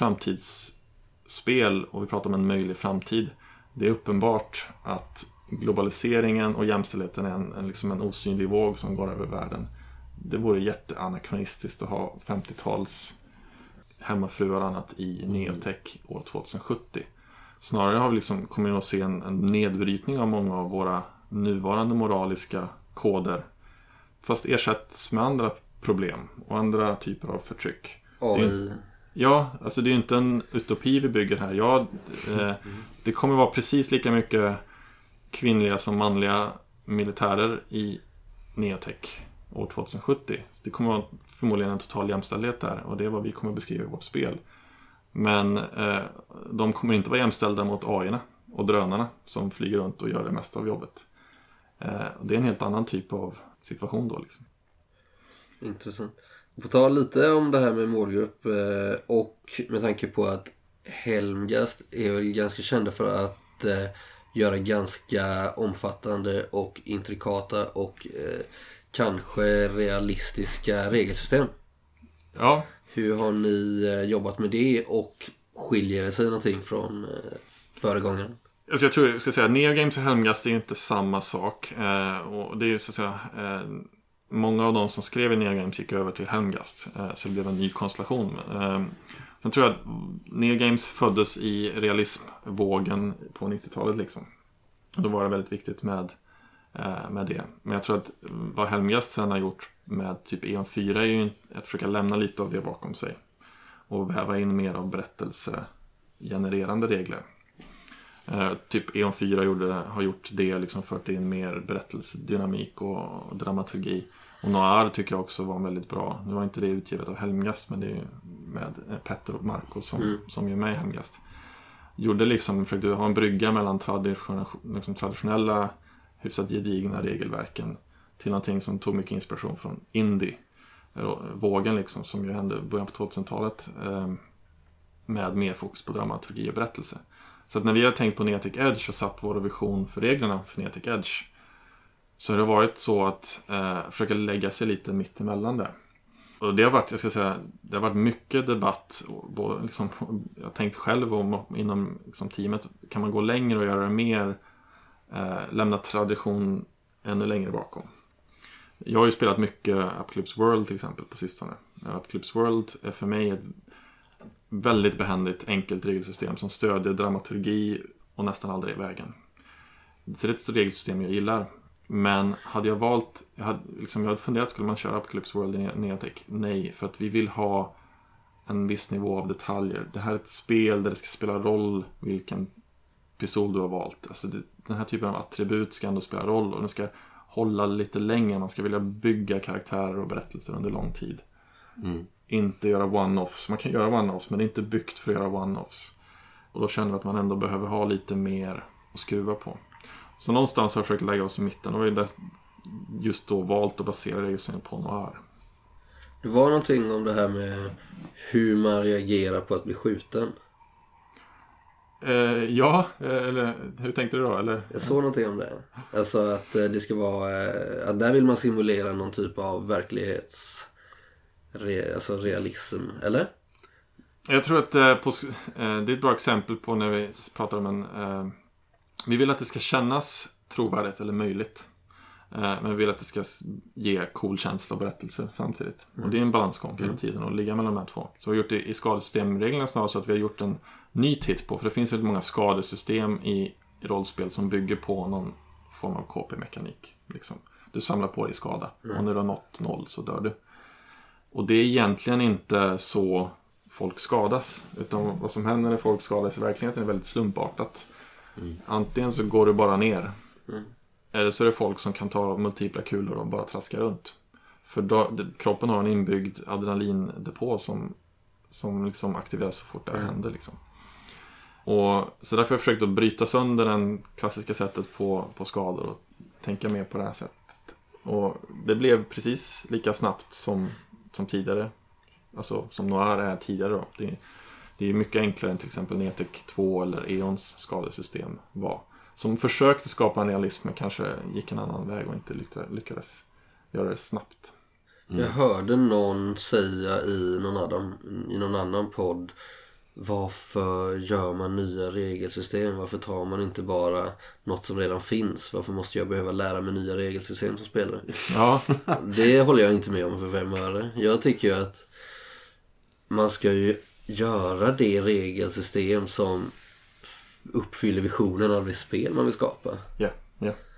framtidsspel och vi pratar om en möjlig framtid. Det är uppenbart att globaliseringen och jämställdheten är en, en, liksom en osynlig våg som går över världen. Det vore jätteanakronistiskt att ha femtio-tals hemmafruar och annat i Neotech år tjugohundrasjuttio. Snarare har vi liksom, kommer vi att se en, en nedbrytning av många av våra nuvarande moraliska koder, fast ersätts med andra problem och andra typer av förtryck. A I. Det är, ja, alltså det är ju inte en utopi vi bygger här. Ja, eh, det kommer vara precis lika mycket kvinnliga som manliga militärer i Neotech år tjugohundrasjuttio. Det kommer vara förmodligen en total jämställdhet där, och det är vad vi kommer beskriva i vårt spel. Men eh, de kommer inte vara jämställda mot A I-erna och drönarna som flyger runt och gör det mesta av jobbet. Eh, det är en helt annan typ av situation då liksom. Intressant. Vi får ta lite om det här med målgrupp eh, och med tanke på att Helmgast är väl ganska kända för att eh, göra ganska omfattande och intrikata och eh, kanske realistiska regelsystem. Ja. Hur har ni eh, jobbat med det och skiljer det sig någonting från eh, föregångaren? Alltså jag tror jag ska säga att NeoGames och Helmgast är ju inte samma sak. Eh, och det är ju så att säga... Eh, många av de som skrev i NeoGames gick över till Helmgast. Eh, så det blev en ny konstellation. Eh, sen tror jag att NeoGames föddes i realismvågen på nittiotalet liksom. Och då var det väldigt viktigt med, eh, med det. Men jag tror att vad Helmgast sen har gjort med typ E O N fyra är ju att försöka lämna lite av det bakom sig. Och väva in mer av berättelsegenererande regler. Eh, typ E O N fyra gjorde, har gjort det, liksom fört in mer berättelsedynamik och, och dramaturgi. Och Noir tycker jag också var väldigt bra. Nu var inte det utgivet av Helmgast, men det är med Petter och Marco som, mm. som gör med Helmgast. Gjorde liksom, försökte ha en brygga mellan traditionella, liksom traditionella hyfsat gedigna regelverken till någonting som tog mycket inspiration från indie. Vågen liksom, som ju hände i början på tjugohundratalet eh, med mer fokus på dramaturgi och berättelse. Så att när vi har tänkt på Neotech Edge och satt vår vision för reglerna för Neotech Edge, så har det varit så att eh, försöka lägga sig lite mitt emellan där. Och det har varit, jag ska säga, det har varit mycket debatt. Både, liksom, jag har tänkt själv om inom liksom, teamet, kan man gå längre och göra det mer, eh, lämna tradition ännu längre bakom. Jag har ju spelat mycket Apocalypse World till exempel på sistone. Apocalypse World är för mig ett väldigt behändigt, enkelt regelsystem som stödjer dramaturgi och nästan aldrig i vägen. Så det är ett regelsystem jag gillar. Men hade jag valt, jag hade, liksom, jag hade funderat, skulle man köra Apocalypse World i Neotech? Nej, för att vi vill ha en viss nivå av detaljer. Det här är ett spel där det ska spela roll vilken pistol du har valt. Alltså det, den här typen av attribut ska ändå spela roll, och den ska hålla lite längre. Man ska vilja bygga karaktärer och berättelser under lång tid. Mm. Inte göra one-offs. Man kan göra one-offs, men det är inte byggt för att göra one-offs. Och då känner vi att man ändå behöver ha lite mer att skruva på. Så någonstans har jag försökt lägga oss i mitten, och vi har just då valt att basera det just på Noir. Det var någonting om det här med hur man reagerar på att bli skjuten. Eh, ja, eller hur tänkte du då? Eller? Jag såg någonting om det. Alltså att det ska vara, att där vill man simulera någon typ av verklighets, re, alltså realism, eller? Jag tror att eh, på, eh, det är ett bra exempel på när vi pratar om en... Eh, vi vill att det ska kännas trovärdigt eller möjligt. Eh, men vi vill att det ska ge cool känsla och berättelser samtidigt. Mm. Och det är en balansgång hela tiden att ligga mellan de här två. Så vi har gjort det i skadesystemreglerna snarare, så att vi har gjort en ny titt på. För det finns väldigt många skadesystem i rollspel som bygger på någon form av K P-mekanik. Liksom. Du samlar på dig skada. Mm. Och när du har nått noll så dör du. Och det är egentligen inte så folk skadas. Utan vad som händer när folk skadas i verkligheten är väldigt slumpartat. Mm. Antingen så går du bara ner. Mm. Eller så är det folk som kan ta multipla kulor och bara traska runt. För då, det, kroppen har en inbyggd adrenalindepå som, som liksom aktiveras så fort det mm. händer. Liksom. Och, så därför har jag försökt att bryta sönder det klassiska sättet på, på skador och tänka mer på det här sättet. Och det blev precis lika snabbt som, som tidigare. Alltså som Noir är tidigare då. Det, det är mycket enklare än till exempel Neotech två eller E O Ns skadesystem var. Som försökte skapa en realism men kanske gick en annan väg och inte lyckades göra det snabbt. Mm. Jag hörde någon säga i någon annan, i någon annan podd: varför gör man nya regelsystem? Varför tar man inte bara något som redan finns? Varför måste jag behöva lära mig nya regelsystem som spelare? Ja. Det håller jag inte med om för fem öre. Jag tycker ju att man ska ju göra det regelsystem som uppfyller visionen av det spel man vill skapa. Ja, ja.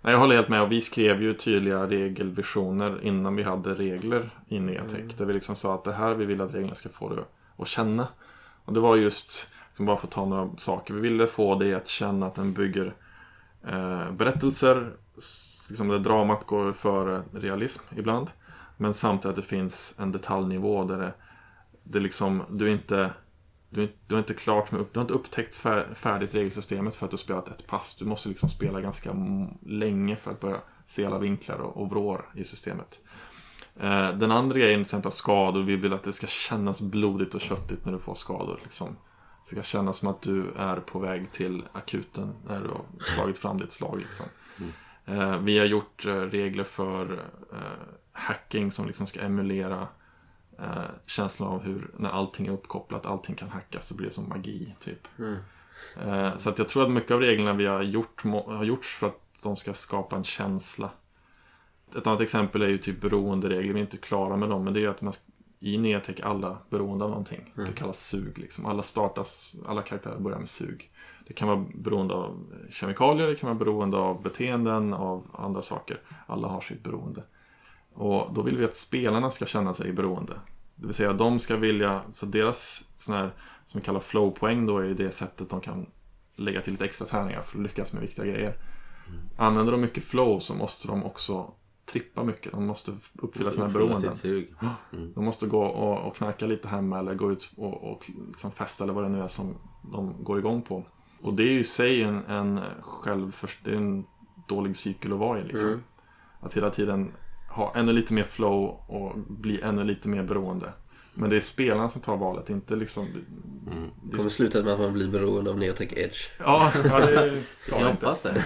Nej, jag håller helt med. Och vi skrev ju tydliga regelvisioner innan vi hade regler i Neatech. Mm. Där vi liksom sa att det här vi vill att reglerna ska få det att känna. Och det var just, bara för att ta några saker. Vi ville få det att känna att den bygger eh, berättelser. Liksom där dramat går före realism ibland. Men samtidigt att det finns en detaljnivå där det, det liksom, du inte... Du, du har inte klart med upp, du har inte upptäckt fär, färdigt regelsystemet för att du har spelat ett pass. Du måste liksom spela ganska m- länge för att börja se alla vinklar och, och vrår i systemet. Eh, den andra grejen, till exempel skador. Vi vill att det ska kännas blodigt och köttigt när du får skador. Liksom. Det ska kännas som att du är på väg till akuten när du har slagit fram ditt slag. Liksom. Mm. Eh, vi har gjort eh, regler för eh, hacking som liksom ska emulera Uh, känslan av hur när allting är uppkopplat, allting kan hackas, så blir det som magi typ. Mm. Uh, så att jag tror att mycket av reglerna vi har gjort har gjorts för att de ska skapa en känsla. Ett annat exempel är ju typ beroenderegler. Vi är inte klara med dem, men det är ju att man i Neatech alla beroende av någonting. Mm. Det kallas sug liksom. Alla startas, alla karaktärer börjar med sug. Det kan vara beroende av kemikalier, det kan vara beroende av beteenden, av andra saker. Alla har sitt beroende. Och då vill vi att spelarna ska känna sig beroende. Det vill säga att de ska vilja, så deras sån här, som vi kallar flowpoäng då, är ju det sättet de kan lägga till lite extra tärningar för att lyckas med viktiga grejer. Mm. Använder de mycket flow så måste de också trippa mycket. De måste uppfylla sina beroenden. Mm. De måste gå och, och knarka lite hemma eller gå ut och, och liksom festa eller vad det nu är som de går igång på. Och det är ju i sig en, en självförst- det är en dålig cykel att vara i liksom. Mm. Att hela tiden ha ännu lite mer flow och bli ännu lite mer beroende. Men det är spelarna som tar valet, inte liksom... Mm. Det kommer sluta med att man blir beroende av Neatech Edge. Ja, ja det ska jag hoppas det.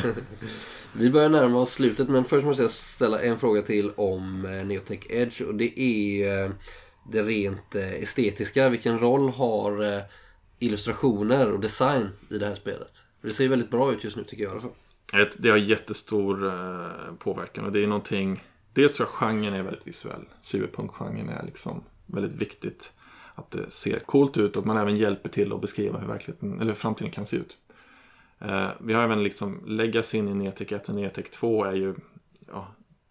Vi börjar närma oss slutet, men först måste jag ställa en fråga till om Neatech Edge. Och det är det rent estetiska. Vilken roll har illustrationer och design i det här spelet? För det ser väldigt bra ut just nu, tycker jag i alla fall. Det har jättestor påverkan, och det är någonting... Dels tror jag genren är väldigt visuell. Cyberpunk-genren är liksom väldigt viktigt. Att det ser coolt ut och man även hjälper till att beskriva hur verkligheten, eller framtiden kan se ut. Eh, vi har även liksom legacy in i Neatech ett och Neatech två är ju ja,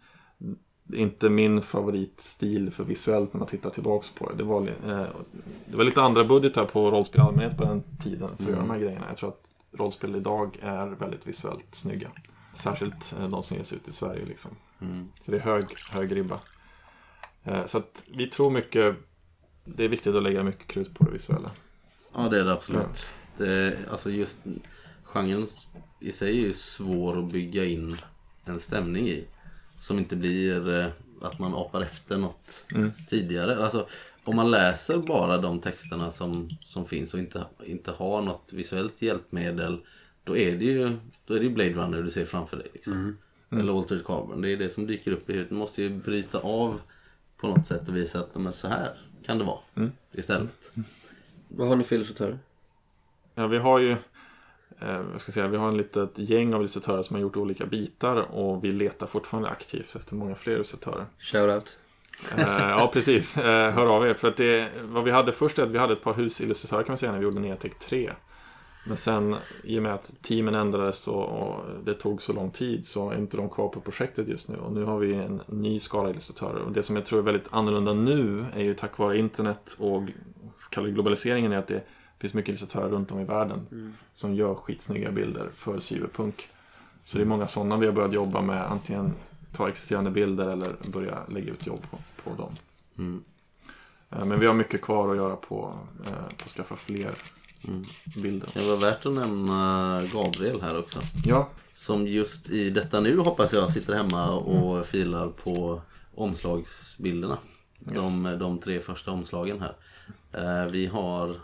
inte min favoritstil för visuellt när man tittar tillbaks på det. Det var, eh, det var lite andra budgetar på rollspel allmänhet på den tiden för att mm. göra de här grejerna. Jag tror att rollspel idag är väldigt visuellt snygga. Särskilt eh, de som ges ut i Sverige liksom. Mm. Så det är hög, hög ribba. Eh, så att vi tror mycket, det är viktigt att lägga mycket krut på det visuella. Ja, det är det absolut. Ja. Det, alltså just genren i sig är ju svår att bygga in en stämning i. Som inte blir eh, att man apar efter något mm. tidigare. Alltså om man läser bara de texterna som, som finns och inte, inte har något visuellt hjälpmedel, då är det ju, då är det ju Blade Runner du ser framför dig liksom. Mm. Mm. Eller Altered Carbon. Det är det som dyker upp i huvudet. Du måste ju bryta av på något sätt och visa att men så här kan det vara mm. istället. Mm. Vad har ni för illustratörer? Ja, vi har ju eh, jag ska säga, vi har en litet gäng av illustratörer som har gjort olika bitar, och vi letar fortfarande aktivt efter många fler illustratörer. Shoutout. Eh, ja, precis. Eh, hör av er. För att det, vad vi hade först är att vi hade ett par husillustratörer kan man säga när vi gjorde Neatech tre. Men sen, i och med att teamen ändrades och, och det tog så lång tid, så är inte de kvar på projektet just nu. Och nu har vi en ny skala illustratörer. Och det som jag tror är väldigt annorlunda nu är ju tack vare internet och kallar globaliseringen är att det finns mycket illustratörer runt om i världen mm. som gör skitsnygga bilder för cyberpunk. Så det är många sådana vi har börjat jobba med. Antingen ta existerande bilder eller börja lägga ut jobb på, på dem. Mm. Men vi har mycket kvar att göra på, på att skaffa fler Mm. bilder. Det var värt att nämna Gabriel här också. Ja. Som just i detta nu hoppas jag sitter hemma och mm. filar på omslagsbilderna. Yes. De, de tre första omslagen här. Uh, vi har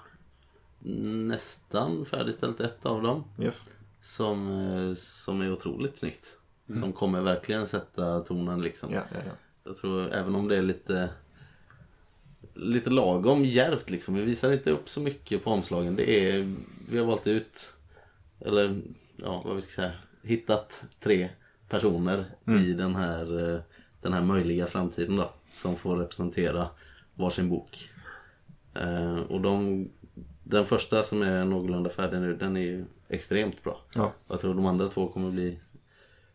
nästan färdigställt ett av dem. Yes. Som, som är otroligt snyggt. Mm. Som kommer verkligen sätta tonen liksom. Ja, ja, ja. Jag tror även om det är lite lite lagom djärvt liksom. Vi visar inte upp så mycket på omslagen. Det är, vi har valt ut eller ja, vad vi ska säga, hittat tre personer mm. i den här den här möjliga framtiden då, som får representera varsin bok. Eh, och de den första som är någorlunda färdig nu, den är ju extremt bra. Ja. Jag tror de andra två kommer bli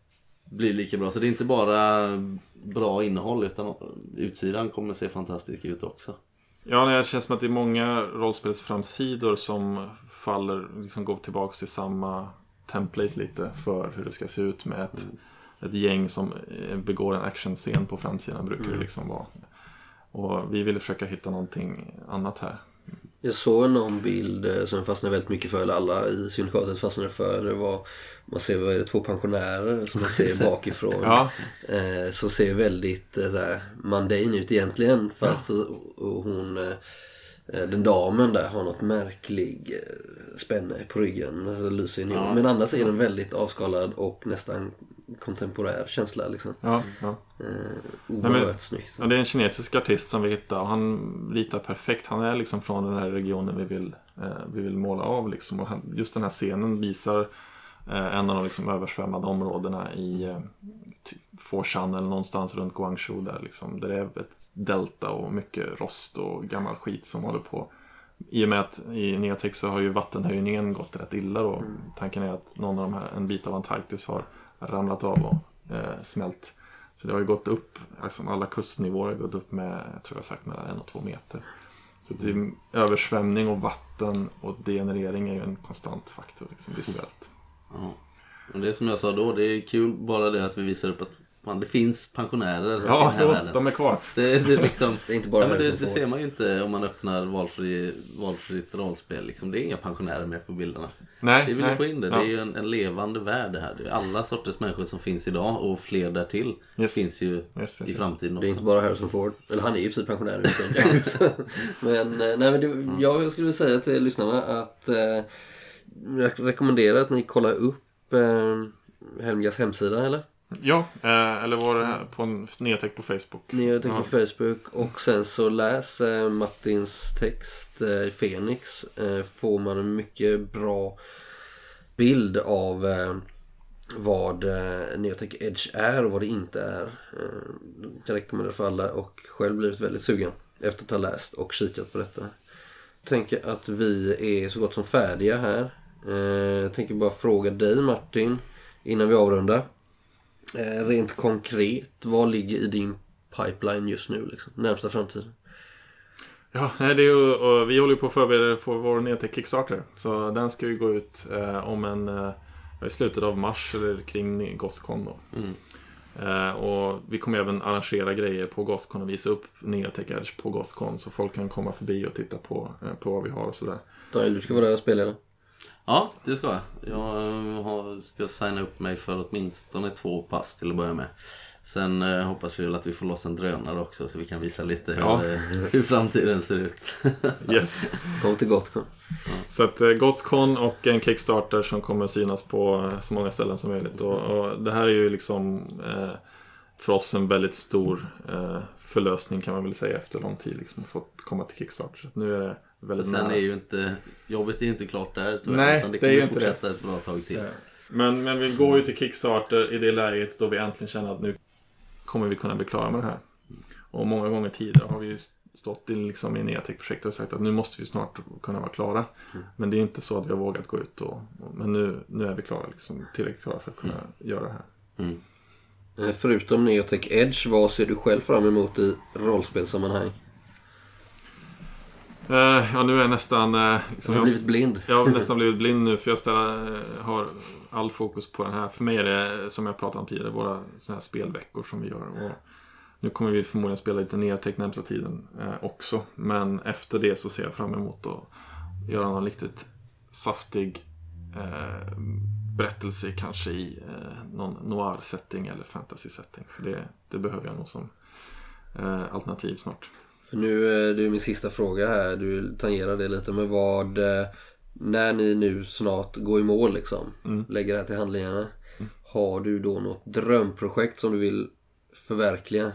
bli lika bra. Så det är inte bara bra innehåll utan utsidan kommer se fantastisk ut också. Ja, det känns som att det är många rollspelsframsidor som faller, liksom går tillbaka till samma template lite för hur det ska se ut med ett, mm. ett gäng som begår en actionscen på framsidan brukar mm. det liksom vara. Och vi ville försöka hitta någonting annat här. Jag såg någon bild som fastnade väldigt mycket för, eller alla i syndikatet fastnade för. Det var, man ser vad är det, två pensionärer som man ser bakifrån. Ja. Eh, som ser väldigt eh, såhär, mundane ut egentligen. Fast ja. och, och hon, eh, den damen där har något märklig eh, spänne på ryggen. Lyser in ja. Men annars är den väldigt avskalad och nästan kontemporär känsla liksom. Ja, ja. Eh, oerhört snyggt. Ja, det är en kinesisk artist som vi hittar och han ritar perfekt. Han är liksom från den här regionen vi vill, eh, vi vill måla av liksom. Och han, just den här scenen visar eh, en av de liksom översvämmade områdena i eh, Foshan eller någonstans runt Guangzhou där liksom. Där det är ett delta och mycket rost och gammal skit som håller på. I och med att i Neotech så har ju vattenhöjningen gått rätt illa då. Mm. Tanken är att någon av de här, en bit av Antarktis har ramlat av och eh, smält. Så det har ju gått upp, alltså alla kustnivåer har gått upp med, jag tror jag sagt, mellan en och två meter. Så det är översvämning och vatten och degenerering är ju en konstant faktor liksom, visuellt. Ja. Och det som jag sa då, det är kul bara det att vi visar upp att man, det finns pensionärer ja, i den här jo, världen. De är kvar. Det, det, liksom, det är inte bara ja, men det, det ser man ju inte om man öppnar valfri, valfritt rollspel. Liksom. Det är inga pensionärer med på bilderna. Nej, vi vill nej. få in det. Ja. Det är ju en, en levande värld det här. Det är alla sorters människor som finns idag och fler därtill yes. finns ju yes, yes, i framtiden också. Det är inte bara Harrison Ford. Eller han är ju för sig pensionär. men nej, men det, mm. jag skulle säga till lyssnarna att eh, jag rekommenderar att ni kollar upp eh, Helmgas hemsida, eller? Ja, eh, eller var det här på en Neotech på Facebook? Neotech ja. på Facebook och sen så läs eh, Martins text eh, Fenix eh, får man en mycket bra bild av eh, vad eh, Neotech Edge är och vad det inte är. Eh, jag rekommenderar för alla och själv blivit väldigt sugen efter att ha läst och kikat på detta. Jag tänker att vi är så gott som färdiga här. Eh, jag tänker bara fråga dig, Martin, innan vi avrundar. Eh, rent konkret, vad ligger i din pipeline just nu liksom, närmsta framtiden? Ja, det är ju, och vi håller på att förbereda för vår Neotech Kickstarter. Så den ska ju gå ut eh, om en eh, i slutet av mars eller kring Gothcon då. Mm. Eh, och vi kommer även arrangera grejer på Gothcon och visa upp Neotech Edge på Gothcon så folk kan komma förbi och titta på, eh, på vad vi har och sådär. Daniel, du ska vara där och spela det. Ja, det ska jag. Jag har, ska signa upp mig för åtminstone två pass till att börja med. Sen eh, hoppas vi väl att vi får loss en drönare också så vi kan visa lite hur, ja. eh, hur framtiden ser ut. Yes. Kom till Gothcon. Ja. Så att eh, Gothcon och en Kickstarter som kommer synas på så många ställen som möjligt. Och, och det här är ju liksom eh, för oss en väldigt stor eh, förlösning kan man väl säga efter lång tid liksom att få komma till Kickstarter. Så nu är det väldigt sen nära. är ju inte jobbet är inte klart där tror Nej, jag, utan det kommer det är fortsätta det. ett bra tag till. Ja. Men, men vi går ju till Kickstarter i det läget då vi äntligen känner att nu kommer vi kunna bli klara med det här. Och många gånger tidigare har vi ju stått i, liksom, i Neotech-projektet och sagt att nu måste vi snart kunna vara klara. Mm. Men det är inte så att vi har vågat gå ut. Och, och, men nu, nu är vi klara, liksom, tillräckligt klara för att kunna mm. göra det här. Mm. Förutom Neotech Edge, vad ser du själv fram emot i rollspelsammanhang? Uh, ja, nu är jag nästan... Uh, liksom, jag har blivit blind. Jag har nästan blivit blind nu för jag ställer, uh, har all fokus på den här. För mig är det, som jag pratade om tidigare, våra såna här spelveckor som vi gör. Och nu kommer vi förmodligen spela lite Neotech närmsta tiden uh, också. Men efter det så ser jag fram emot att göra någon riktigt saftig uh, berättelse kanske i uh, någon noir-setting eller fantasy-setting. För det, det behöver jag nog som uh, alternativ snart. För nu är det min sista fråga här. Du tangerar det lite med vad, när ni nu snart går i mål liksom, mm. lägger det här till handlingarna. Mm. Har du då något drömprojekt som du vill förverkliga?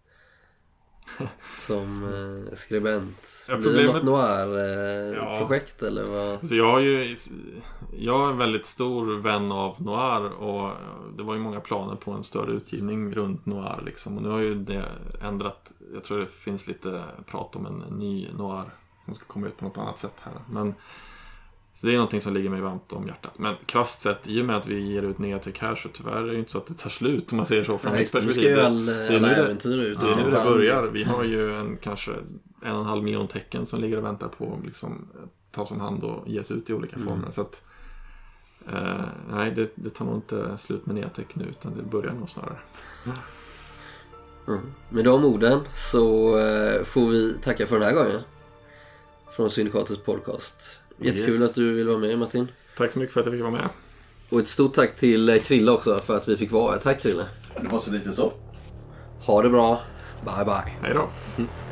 Som eh, skribent. Ja, blir det något noir-projekt eh, ja. eller vad? Alltså jag, har ju, jag är en väldigt stor vän av noir och det var ju många planer på en större utgivning runt noir liksom. Och nu har ju det ändrat. Jag tror det finns lite prat om en ny noir som ska komma ut på något annat sätt här. Men Så det är någonting som ligger mig varmt om hjärtat. Men krasst sett, i och med att vi ger ut nya tech här så tyvärr är det ju inte så att det tar slut om man säger så från Nej, mitt perspektiv. Nu ska ju all, det, det är alla nu äventyr ut. Det, det är nu det börjar. Vi har ju en kanske en och en halv miljon tecken som ligger och väntar på att liksom, tas om hand och ges ut i olika mm. former. Så att, eh, nej, det, det tar nog inte slut med nya tech nu utan det börjar nog snarare. Mm. Mm. Med de orden så eh, får vi tacka för den här gången från Syndikatets podcast. Jättekul yes. att du vill vara med, Martin. Tack så mycket för att jag fick vara med. Och ett stort tack till Krille också för att vi fick vara. Tack Krille. Det var så lite så. Ha det bra. Bye bye. Hej då.